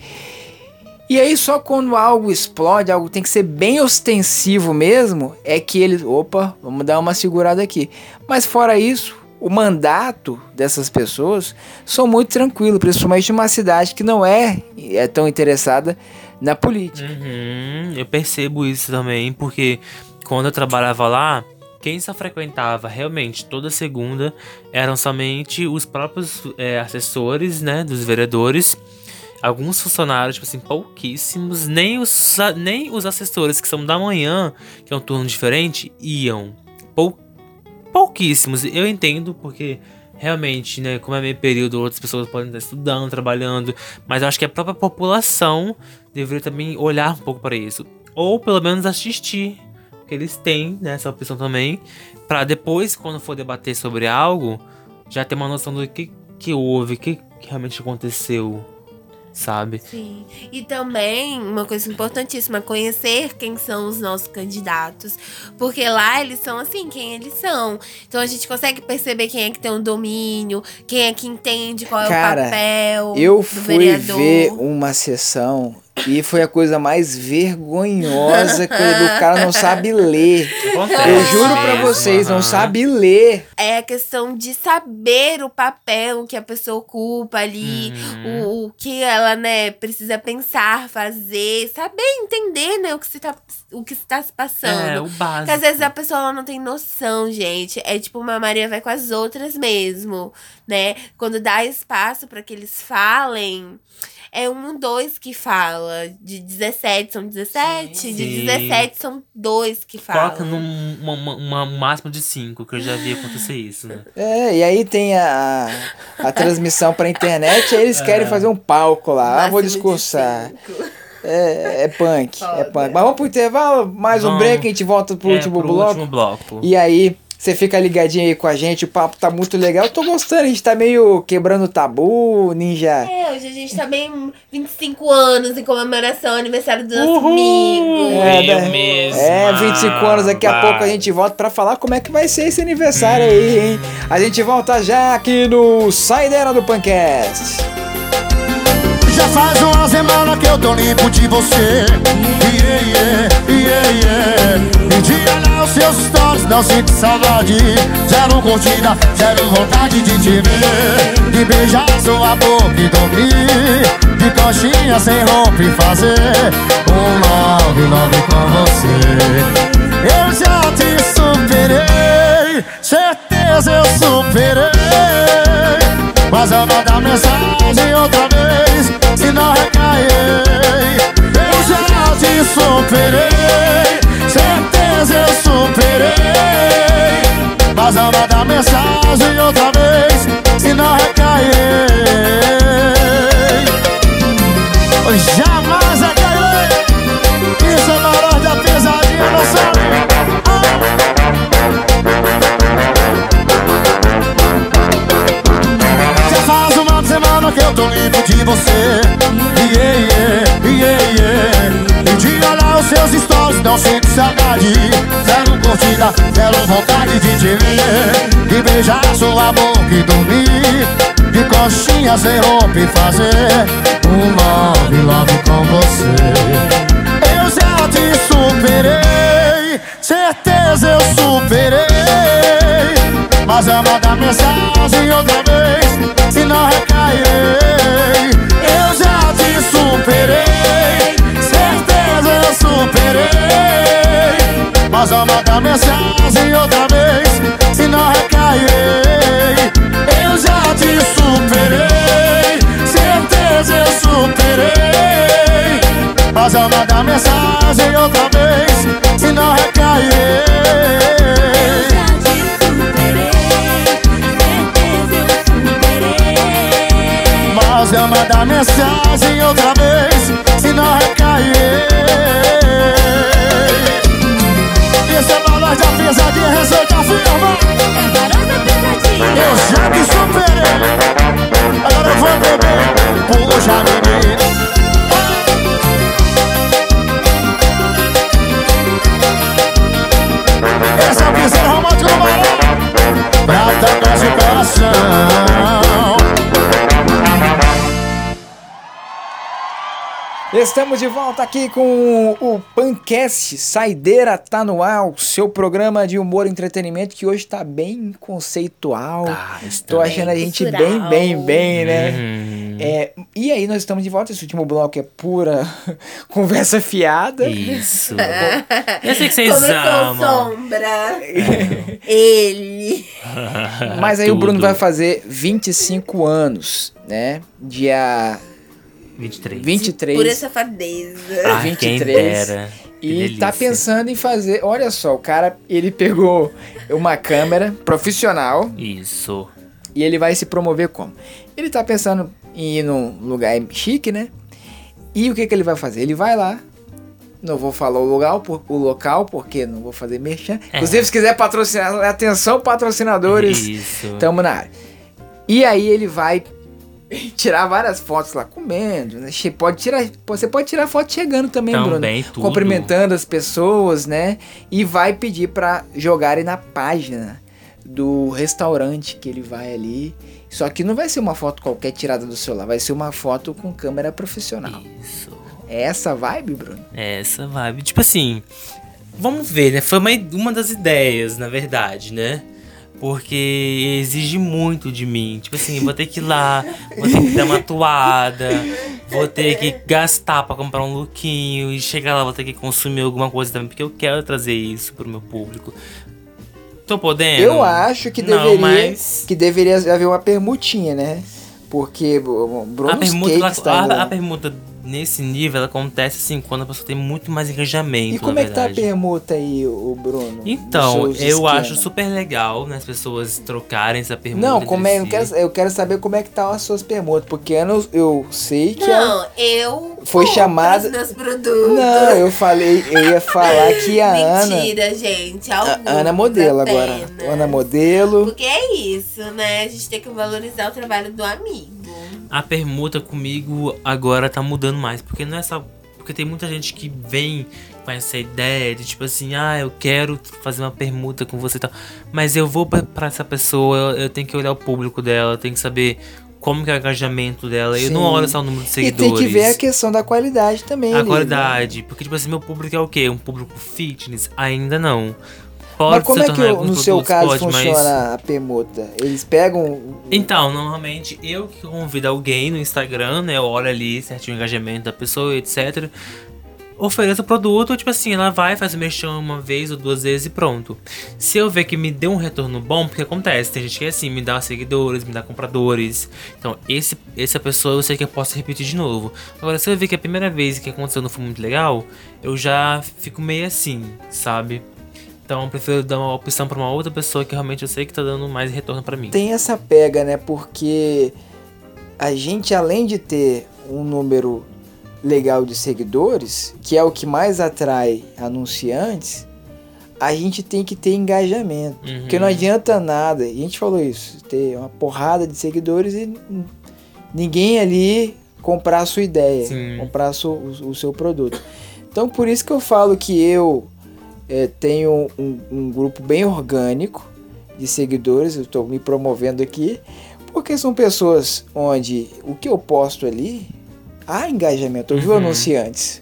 Speaker 1: E aí só quando algo explode, algo tem que ser bem ostensivo mesmo, é que eles, opa, vamos dar uma segurada aqui. Mas fora isso, o mandato dessas pessoas são muito tranquilo, principalmente numa cidade que não é, é tão interessada na política.
Speaker 2: Uhum, eu percebo isso também, porque quando eu trabalhava lá, quem só frequentava realmente toda segunda eram somente os próprios é, assessores, né, dos vereadores. Alguns funcionários, tipo assim, pouquíssimos. Nem os, nem os assessores que são da manhã, que é um turno diferente, iam. Pou, pouquíssimos. Eu entendo, porque realmente, né, como é meio período, outras pessoas podem estar estudando, trabalhando. Mas eu acho que a própria população deveria também olhar um pouco para isso. Ou pelo menos assistir. Que eles têm, né, essa opção também, para depois, quando for debater sobre algo, já ter uma noção do que, que houve, o que, que realmente aconteceu, sabe?
Speaker 3: Sim. E também, uma coisa importantíssima, conhecer quem são os nossos candidatos. Porque lá eles são assim, quem eles são. Então a gente consegue perceber quem é que tem um domínio, quem é que entende qual é
Speaker 1: Cara,
Speaker 3: o papel
Speaker 1: eu
Speaker 3: do
Speaker 1: fui
Speaker 3: vereador.
Speaker 1: ver uma sessão e foi a coisa mais vergonhosa que o cara não sabe ler.
Speaker 2: Acontece
Speaker 1: Eu juro pra
Speaker 2: mesmo,
Speaker 1: vocês, não
Speaker 2: aham.
Speaker 1: sabe ler.
Speaker 3: É a questão de saber o papel que a pessoa ocupa ali,
Speaker 2: Uhum.
Speaker 3: o, o que ela, né, precisa pensar, fazer, saber entender, né, o que se tá, o que se tá se passando.
Speaker 2: É, o básico.
Speaker 3: Porque às vezes a pessoa ela não tem noção, gente. É tipo uma Maria vai com as outras mesmo, né? Quando dá espaço pra que eles falem, é um, dois que fala. De dezessete são dezessete,
Speaker 2: Sim.
Speaker 3: de dezessete são dois que falam.
Speaker 2: Coloca num uma, uma- uma- um máximo de cinco, que eu já vi acontecer isso, né?
Speaker 1: É, e aí tem a, a transmissão pra internet, aí eles querem fazer um palco lá. Ah, vou
Speaker 3: Máximo de
Speaker 1: discursar.
Speaker 3: cinco.
Speaker 1: É, é punk, é
Speaker 3: Foda.
Speaker 1: punk. Mas vamos pro intervalo, mais um
Speaker 2: Vamos.
Speaker 1: break, a gente volta pro
Speaker 2: É,
Speaker 1: último
Speaker 2: pro
Speaker 1: bloco.
Speaker 2: último bloco.
Speaker 1: E aí, você fica ligadinho aí com a gente, o papo tá muito legal. Eu tô gostando, a gente tá meio quebrando tabu, ninja.
Speaker 3: É, hoje a gente tá bem vinte e cinco anos em comemoração ao aniversário do nosso
Speaker 2: Uhul!
Speaker 3: amigo.
Speaker 1: É,
Speaker 2: Eu
Speaker 1: né?
Speaker 2: mesma.
Speaker 1: É, vinte e cinco anos, daqui a
Speaker 2: Vai.
Speaker 1: pouco a gente volta pra falar como é que vai ser esse aniversário aí, hein? A gente volta já aqui no Saideira do Pancast.
Speaker 5: Já faz uma semana que eu tô limpo de você. Yeah, yeah, yeah, yeah. Me diga lá os seus stories, não sinto saudade. Zero curtida, zero vontade de te ver. De beijar sua boca e dormir. De coxinha sem roupa e fazer um love, love com você. Eu já te superei, certeza eu superei. Mas eu vou dar mensagem outra vez, se não recair. Eu já te superei, certeza eu superei. Mas eu vou dar mensagem outra vez, se não recair. Jamais recairei. Isso é maior da pesadinha, não sabe? Já faz uma semana que eu tô limpo de você. Yeah, yeah, yeah, yeah. E de olhar os seus stories, não sinto saudade. Zero curtida, zero vontade de te ver. De beijar sua boca e dormir. De coxinha sem roupa e fazer um love, love com você. Eu já te superei, certeza eu superei. Mas eu mando mensagem outra vez, se não recairei. Eu já te superei, certeza eu superei. Mas vou mandar mensagem outra vez, se não recairei. Eu já te superei, certeza eu superei. Mas vou mandar mensagem outra vez, se não recairei. Mas eu mandar mensagem outra vez, se não recairei. Esse é balão da pesadinha, receita firma. Eu já te superei, agora eu vou beber. Puxa, menina. Esse é o piseiro romântico do balão, pra tocar de coração.
Speaker 1: Estamos de volta aqui com o Pancast. Saideira tá no ar, o seu programa de humor e entretenimento que hoje tá bem conceitual.
Speaker 2: Tá, está
Speaker 1: Tô achando a gente bem,
Speaker 3: cultural.
Speaker 1: bem, bem, né?
Speaker 2: Uhum.
Speaker 1: É, e aí nós estamos de volta, esse último bloco é pura conversa fiada.
Speaker 2: Isso. Eu sei que vocês
Speaker 3: Começou
Speaker 2: amam.
Speaker 3: Sombra. Ele.
Speaker 1: Mas aí o Bruno
Speaker 2: Tudo.
Speaker 1: vai fazer vinte e cinco anos, né? Dia
Speaker 2: vinte e três.
Speaker 1: vinte e três.
Speaker 3: Pura safadeza.
Speaker 2: Ah,
Speaker 1: vinte e
Speaker 2: quem
Speaker 1: três.
Speaker 2: dera. Que
Speaker 1: E
Speaker 2: delícia.
Speaker 1: tá pensando em fazer. Olha só, o cara, ele pegou uma câmera profissional
Speaker 2: Isso.
Speaker 1: e ele vai se promover como? Ele tá pensando em ir num lugar chique, né? E o que que ele vai fazer? Ele vai lá. Não vou falar o local, por- o local porque não vou fazer merchan.
Speaker 2: É.
Speaker 1: Inclusive, se quiser patrocinar, atenção, patrocinadores,
Speaker 2: Isso.
Speaker 1: tamo na área. E aí ele vai tirar várias fotos lá comendo, né? Che- Pode tirar, você pode tirar foto chegando também,
Speaker 2: Também,
Speaker 1: Bruno.
Speaker 2: tudo.
Speaker 1: Cumprimentando as pessoas, né? E vai pedir pra jogarem na página do restaurante que ele vai ali. Só que não vai ser uma foto qualquer tirada do celular, vai ser uma foto com câmera profissional.
Speaker 2: Isso.
Speaker 1: É essa a vibe, Bruno?
Speaker 2: É essa vibe. Tipo assim, vamos ver, né? Foi uma, uma das ideias, na verdade, né? Porque exige muito de mim. Tipo assim, vou ter que ir lá, vou ter que dar uma toada, vou ter que gastar pra comprar um lookinho e chegar lá, vou ter que consumir alguma coisa também, porque eu quero trazer isso pro meu público. Tô podendo?
Speaker 1: Eu acho que
Speaker 2: Não,
Speaker 1: deveria,
Speaker 2: mas-
Speaker 1: que deveria haver uma permutinha, né? Porque o Bruno
Speaker 2: A permuta, ela-
Speaker 1: Cakes tá indo
Speaker 2: a,
Speaker 1: lá.
Speaker 2: a permuta nesse nível, ela acontece assim quando a pessoa tem muito mais engajamento.
Speaker 1: E como
Speaker 2: na
Speaker 1: é que tá a
Speaker 2: verdade.
Speaker 1: permuta aí, o Bruno?
Speaker 2: Então,
Speaker 1: Dos seus
Speaker 2: eu
Speaker 1: esquema?
Speaker 2: acho super legal, né, as pessoas trocarem essa permuta.
Speaker 1: Não,
Speaker 2: entre
Speaker 1: como é, eu,
Speaker 2: si.
Speaker 1: quero, eu quero saber como é que tá as suas permutas, porque eu, eu sei que a-
Speaker 3: Não, eu.
Speaker 1: Foi
Speaker 3: compro
Speaker 1: chamada-
Speaker 3: os meus produtos.
Speaker 1: Não, eu falei, eu ia falar que a Ana,
Speaker 3: Mentira, gente.
Speaker 1: a
Speaker 3: Alguns
Speaker 1: Ana modelo agora,
Speaker 3: apenas.
Speaker 1: Ana modelo.
Speaker 3: Porque é isso, né? A gente tem que valorizar o trabalho do amigo.
Speaker 2: A permuta comigo agora tá mudando mais, porque não é só... Porque tem muita gente que vem com essa ideia de tipo assim, ah, eu quero fazer uma permuta com você e tal. Mas eu vou pra, pra essa pessoa, eu, eu tenho que olhar o público dela, eu tenho que saber como que é o engajamento dela. Eu não
Speaker 1: Sim.
Speaker 2: olho só o número de
Speaker 1: E
Speaker 2: seguidores.
Speaker 1: tem que ver a questão da qualidade também.
Speaker 2: A
Speaker 1: ali,
Speaker 2: qualidade. Porque, tipo assim, meu público é o quê? Um público fitness? Ainda não. Pode
Speaker 1: Mas como
Speaker 2: se
Speaker 1: é que
Speaker 2: tornar
Speaker 1: o-
Speaker 2: alguns
Speaker 1: no seu
Speaker 2: produtos,
Speaker 1: caso
Speaker 2: pode, mas-
Speaker 1: funciona a permuta? Eles pegam...
Speaker 2: Então, normalmente eu que convido alguém no Instagram, né? Eu olho ali certinho o engajamento da pessoa, etcétera. Ofereço o produto, tipo assim, ela vai, faz o merchan uma vez ou duas vezes e pronto. Se eu ver que me deu um retorno bom, porque acontece, tem gente que é assim, me dá seguidores, me dá compradores. Então, esse, essa pessoa eu sei que eu posso repetir de novo. Agora, se eu ver que a primeira vez que aconteceu não foi muito legal, eu já fico meio assim, sabe? Então, eu prefiro dar uma opção pra uma outra pessoa que realmente eu sei que tá dando mais retorno pra mim.
Speaker 1: Tem essa pega, né? Porque a gente, além de ter um número legal de seguidores, que é o que mais atrai anunciantes, a gente tem que ter engajamento.
Speaker 2: Uhum.
Speaker 1: Porque não adianta nada, a gente falou isso, ter uma porrada de seguidores e n- ninguém ali comprar a sua ideia,
Speaker 2: Sim.
Speaker 1: comprar a sua- o, o seu produto. Então, por isso que eu falo que eu eh, tenho um, um grupo bem orgânico de seguidores, eu estou me promovendo aqui, porque são pessoas onde o que eu posto ali há engajamento. Eu vi
Speaker 2: Uhum.
Speaker 1: anunciantes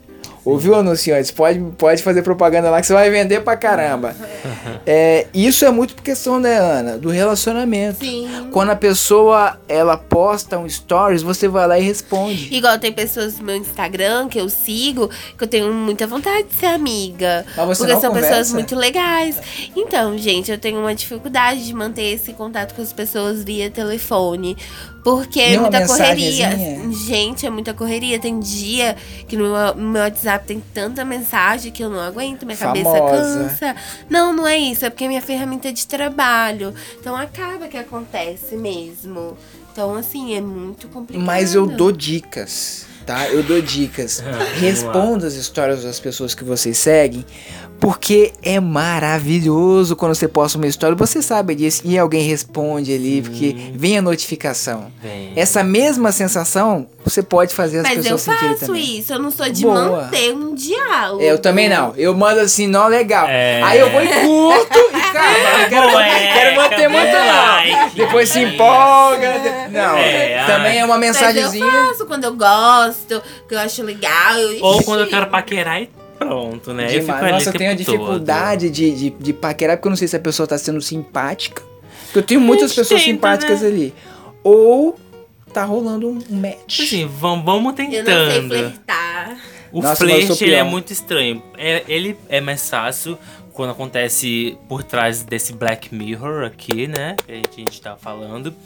Speaker 1: Ouviu, anunciantes? Pode, pode fazer propaganda lá que você vai vender pra caramba. É, isso é muito por questão, né, Ana? Do relacionamento.
Speaker 3: Sim.
Speaker 1: Quando a pessoa, ela posta um stories, você vai lá e responde.
Speaker 3: Igual tem pessoas no meu Instagram que eu sigo, que eu tenho muita vontade de ser amiga.
Speaker 1: Mas você
Speaker 3: porque
Speaker 1: não
Speaker 3: são
Speaker 1: conversa?
Speaker 3: pessoas muito legais. Então, gente, eu tenho uma dificuldade de manter esse contato com as pessoas via telefone. Porque é
Speaker 1: Nem uma
Speaker 3: muita correria.
Speaker 1: mensagenzinha?
Speaker 3: Gente, é muita correria. Tem dia que no meu, no meu WhatsApp tem tanta mensagem que eu não aguento, minha cabeça
Speaker 1: Famosa.
Speaker 3: cansa. Não, não é isso. É porque é minha ferramenta de trabalho. Então acaba que acontece mesmo. Então, assim, é muito complicado.
Speaker 1: Mas eu dou dicas, tá? Eu dou dicas. Responda as histórias das pessoas que vocês seguem, porque é maravilhoso quando você posta uma história, você sabe disso, e alguém responde ali, porque vem a notificação.
Speaker 2: Vem.
Speaker 1: Essa mesma sensação, você pode fazer as
Speaker 3: Mas eu
Speaker 1: pessoas sentirem
Speaker 3: faço
Speaker 1: também.
Speaker 3: isso, eu não sou de
Speaker 1: Boa.
Speaker 3: manter um diálogo.
Speaker 1: É, eu também não. Eu mando assim, não, legal.
Speaker 2: É.
Speaker 1: Aí eu vou e curto e acaba. Eu quero,
Speaker 2: Boa,
Speaker 1: quero manter muito
Speaker 2: like.
Speaker 1: não. Depois se empolga. de- Não,
Speaker 2: É,
Speaker 1: também é uma
Speaker 3: Mas
Speaker 1: mensagenzinha.
Speaker 3: eu faço quando eu gosto, que eu acho legal. Eu...
Speaker 2: Ou quando eu quero paquerar e pronto, né? Eu
Speaker 1: Demais.
Speaker 2: fico ali
Speaker 1: Nossa,
Speaker 2: o
Speaker 1: eu tenho a
Speaker 2: tempo todo.
Speaker 1: dificuldade de, de, de paquerar, porque eu não sei se a pessoa tá sendo simpática. Porque eu tenho muitas
Speaker 2: gente
Speaker 1: pessoas
Speaker 2: tenta,
Speaker 1: simpáticas
Speaker 2: né?
Speaker 1: ali. Ou tá rolando um um match.
Speaker 2: Assim, vamos, vamos
Speaker 3: Eu não sei
Speaker 2: tentando.
Speaker 3: flertar.
Speaker 2: O
Speaker 1: Nossa, mas eu sou
Speaker 2: flerte ele é
Speaker 1: peão.
Speaker 2: muito estranho. É, ele é mais fácil quando acontece por trás desse Black Mirror aqui, né? Que a gente, a gente tá falando.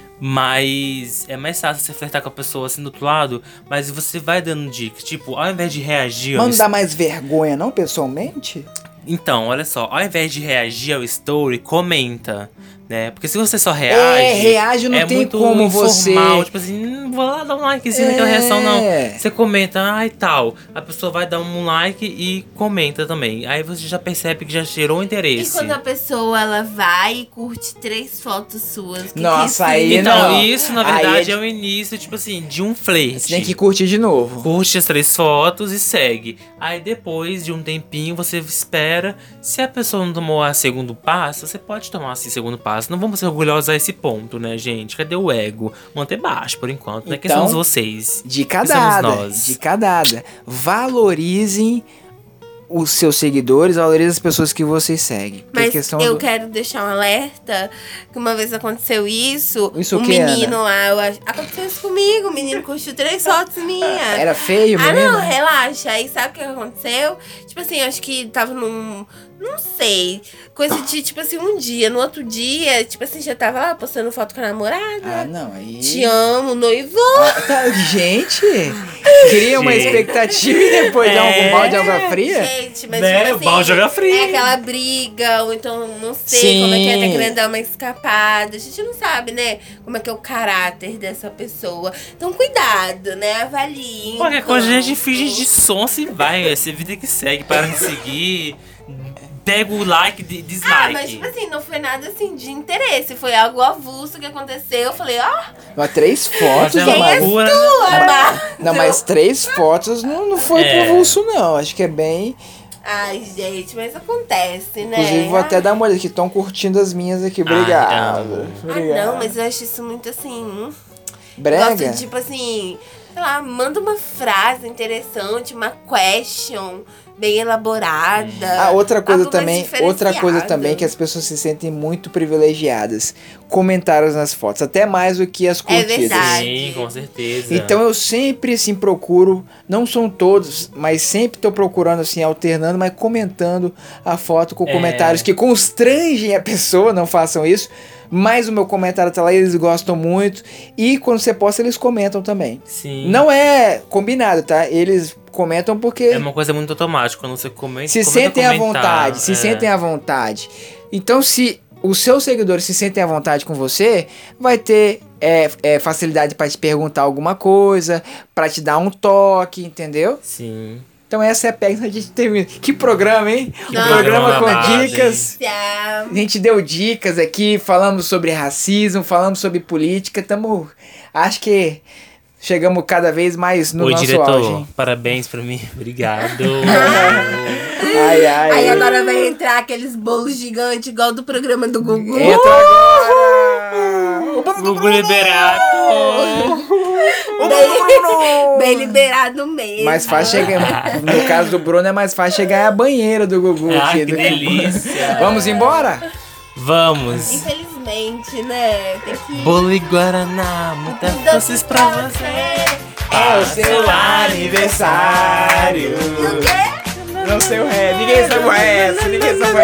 Speaker 2: Mas é mais fácil você flertar com a pessoa assim do outro lado. Mas você vai dando dicas. Tipo, ao invés de reagir ao
Speaker 1: Mas não dá mais vergonha, não, pessoalmente?
Speaker 2: Então, olha só, ao invés de reagir ao story, comenta, né? Porque se você só reage,
Speaker 1: É, reage, não
Speaker 2: é
Speaker 1: tem
Speaker 2: muito
Speaker 1: como
Speaker 2: informal,
Speaker 1: você-
Speaker 2: tipo assim, não vou lá dar um likezinho
Speaker 1: É.
Speaker 2: naquela reação, não. Você comenta, ah, e tal. A pessoa vai dar um like e comenta também. Aí você já percebe que já gerou
Speaker 3: E
Speaker 2: interesse.
Speaker 3: quando a pessoa, ela vai e curte três fotos suas? que
Speaker 1: Nossa,
Speaker 3: que
Speaker 1: aí
Speaker 3: isso?
Speaker 2: Então,
Speaker 1: não.
Speaker 2: isso na
Speaker 1: Aí
Speaker 2: verdade
Speaker 1: é
Speaker 2: é, o início, tipo assim, de um flerte.
Speaker 1: Você tem que curtir de novo.
Speaker 2: Curte as três fotos e segue. Aí depois de um tempinho você espera. Se a pessoa não tomou a segundo passo, você pode tomar assim segundo passo. Não vamos ser orgulhosos a esse ponto, né, gente? Cadê o ego? Manter baixo por enquanto, né? Que
Speaker 1: Então,
Speaker 2: somos vocês.
Speaker 1: Dica
Speaker 2: Que somos
Speaker 1: dada,
Speaker 2: nós.
Speaker 1: dica dada. Valorizem os seus seguidores, valorizem as pessoas que vocês seguem. Porque a
Speaker 3: Mas
Speaker 1: questão
Speaker 3: eu
Speaker 1: do-
Speaker 3: quero deixar um alerta, que uma vez aconteceu isso.
Speaker 1: Isso
Speaker 3: um
Speaker 1: o quê,
Speaker 3: menino
Speaker 1: Ana?
Speaker 3: lá, eu acho, aconteceu isso comigo, o menino curtiu três fotos minhas.
Speaker 1: Era feio,
Speaker 3: Ah,
Speaker 1: menino?
Speaker 3: não, relaxa. Aí sabe o que aconteceu? Tipo assim, acho que tava num. Não sei. Coisa de, tipo assim, um dia. No outro dia, tipo assim, já tava lá postando foto com a namorada.
Speaker 1: Ah, não, aí...
Speaker 3: Te amo, noivo.
Speaker 1: Ah, tá, gente, cria uma
Speaker 2: Gente.
Speaker 1: expectativa e depois dá um
Speaker 2: É,
Speaker 1: balde de água fria?
Speaker 3: Gente, mas
Speaker 2: Né,
Speaker 3: tipo assim,
Speaker 2: balde de água fria.
Speaker 3: é aquela briga, ou então não sei
Speaker 1: Sim.
Speaker 3: como é que é, tá querendo dar uma escapada. A gente não sabe, né, como é que é o caráter dessa pessoa. Então cuidado, né, avaliem.
Speaker 2: Qualquer coisa a gente
Speaker 3: enquanto.
Speaker 2: finge de som se vai. Essa vida que segue. Para de seguir. Pega o like e dislike.
Speaker 3: Ah, mas tipo assim, não foi nada assim de interesse. Foi algo avulso que aconteceu. Eu falei, ó,
Speaker 1: Mas três fotos,
Speaker 2: Mas é
Speaker 3: quem
Speaker 2: uma
Speaker 3: és
Speaker 2: loucura,
Speaker 3: tu,
Speaker 2: né?
Speaker 3: amado?
Speaker 1: Não, mas três fotos não, não foi
Speaker 2: É.
Speaker 1: pro vulso, não. Acho que é bem...
Speaker 3: Ai, gente, mas acontece, né?
Speaker 1: Inclusive, vou até dar uma olhada que estão curtindo as minhas aqui. Obrigado.
Speaker 2: Ah,
Speaker 3: Ah,
Speaker 1: Obrigado.
Speaker 3: não, mas eu acho isso muito assim. hum,
Speaker 1: Brega?
Speaker 3: Gosto de, tipo assim, sei lá, manda uma frase interessante, uma question bem elaborada.
Speaker 1: Ah, outra coisa
Speaker 3: algo mais
Speaker 1: também, outra coisa
Speaker 3: diferenciado.
Speaker 1: também que as pessoas se sentem muito privilegiadas. Comentários nas fotos, até mais do que as
Speaker 3: É
Speaker 1: curtidas.
Speaker 3: verdade.
Speaker 2: Sim, com certeza.
Speaker 1: Então eu sempre assim procuro, não são todos, mas sempre tô procurando assim, alternando, mas comentando a foto com
Speaker 2: É.
Speaker 1: comentários que constrangem a pessoa, não façam isso. Mas o meu comentário tá lá, eles gostam muito. E quando você posta, eles comentam também.
Speaker 2: Sim.
Speaker 1: Não é combinado, tá? Eles comentam porque
Speaker 2: É uma coisa muito automática. Quando você comenta.
Speaker 1: se
Speaker 2: comenta
Speaker 1: sentem à
Speaker 2: comentar,
Speaker 1: vontade, se
Speaker 2: é.
Speaker 1: sentem à vontade. Então, se os seus seguidores se sentem à vontade com você, vai ter é, é, facilidade para te perguntar alguma coisa, para te dar um toque, entendeu?
Speaker 2: Sim.
Speaker 1: Então essa é a pegada que a gente termina. Que programa, hein?
Speaker 2: Que
Speaker 1: um programa
Speaker 2: programa
Speaker 1: com
Speaker 2: base.
Speaker 1: dicas.
Speaker 3: Delícia.
Speaker 1: A gente deu dicas aqui, falamos sobre racismo, falamos sobre política. Tamo, acho que chegamos cada vez mais no
Speaker 2: Oi,
Speaker 1: nosso
Speaker 2: diretor.
Speaker 1: auge. hein?
Speaker 2: Parabéns pra mim. Obrigado.
Speaker 1: Ai, ai.
Speaker 3: Aí agora vai entrar aqueles bolos gigantes, igual do programa do Gugu.
Speaker 1: Entra agora!
Speaker 2: Gugu Liberato.
Speaker 3: bem, bem liberado mesmo.
Speaker 1: Mais fácil chegar. No caso do Bruno, é mais fácil chegar à banheira do Gugu.
Speaker 2: Ah,
Speaker 1: aqui,
Speaker 2: que
Speaker 1: do-
Speaker 2: delícia.
Speaker 1: Vamos embora?
Speaker 2: Vamos.
Speaker 3: Infelizmente, né? Tem que...
Speaker 2: Bolo e Guaraná, muitas doces pra você.
Speaker 1: É o seu aniversário.
Speaker 3: O quê?
Speaker 1: Não sei o resto. Ninguém sabe o resto. Ninguém sabe o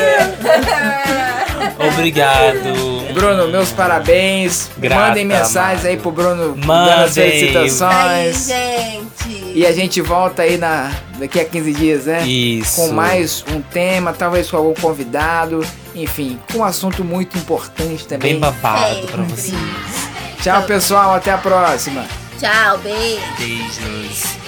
Speaker 1: resto.
Speaker 2: Obrigado.
Speaker 1: Bruno, meus parabéns.
Speaker 2: Grata,
Speaker 1: Mandem mensagens
Speaker 2: amado.
Speaker 1: aí pro Bruno dando as
Speaker 2: Mandem.
Speaker 1: felicitações.
Speaker 3: Aí, gente.
Speaker 1: E a gente volta aí na, daqui a quinze dias, né?
Speaker 2: Isso.
Speaker 1: Com mais um tema, talvez com algum convidado. Enfim, com um assunto muito importante também.
Speaker 2: Bem babado
Speaker 3: Sempre.
Speaker 2: pra vocês.
Speaker 1: Tchau, pessoal. Até a próxima.
Speaker 3: Tchau, beijo.
Speaker 2: Beijos.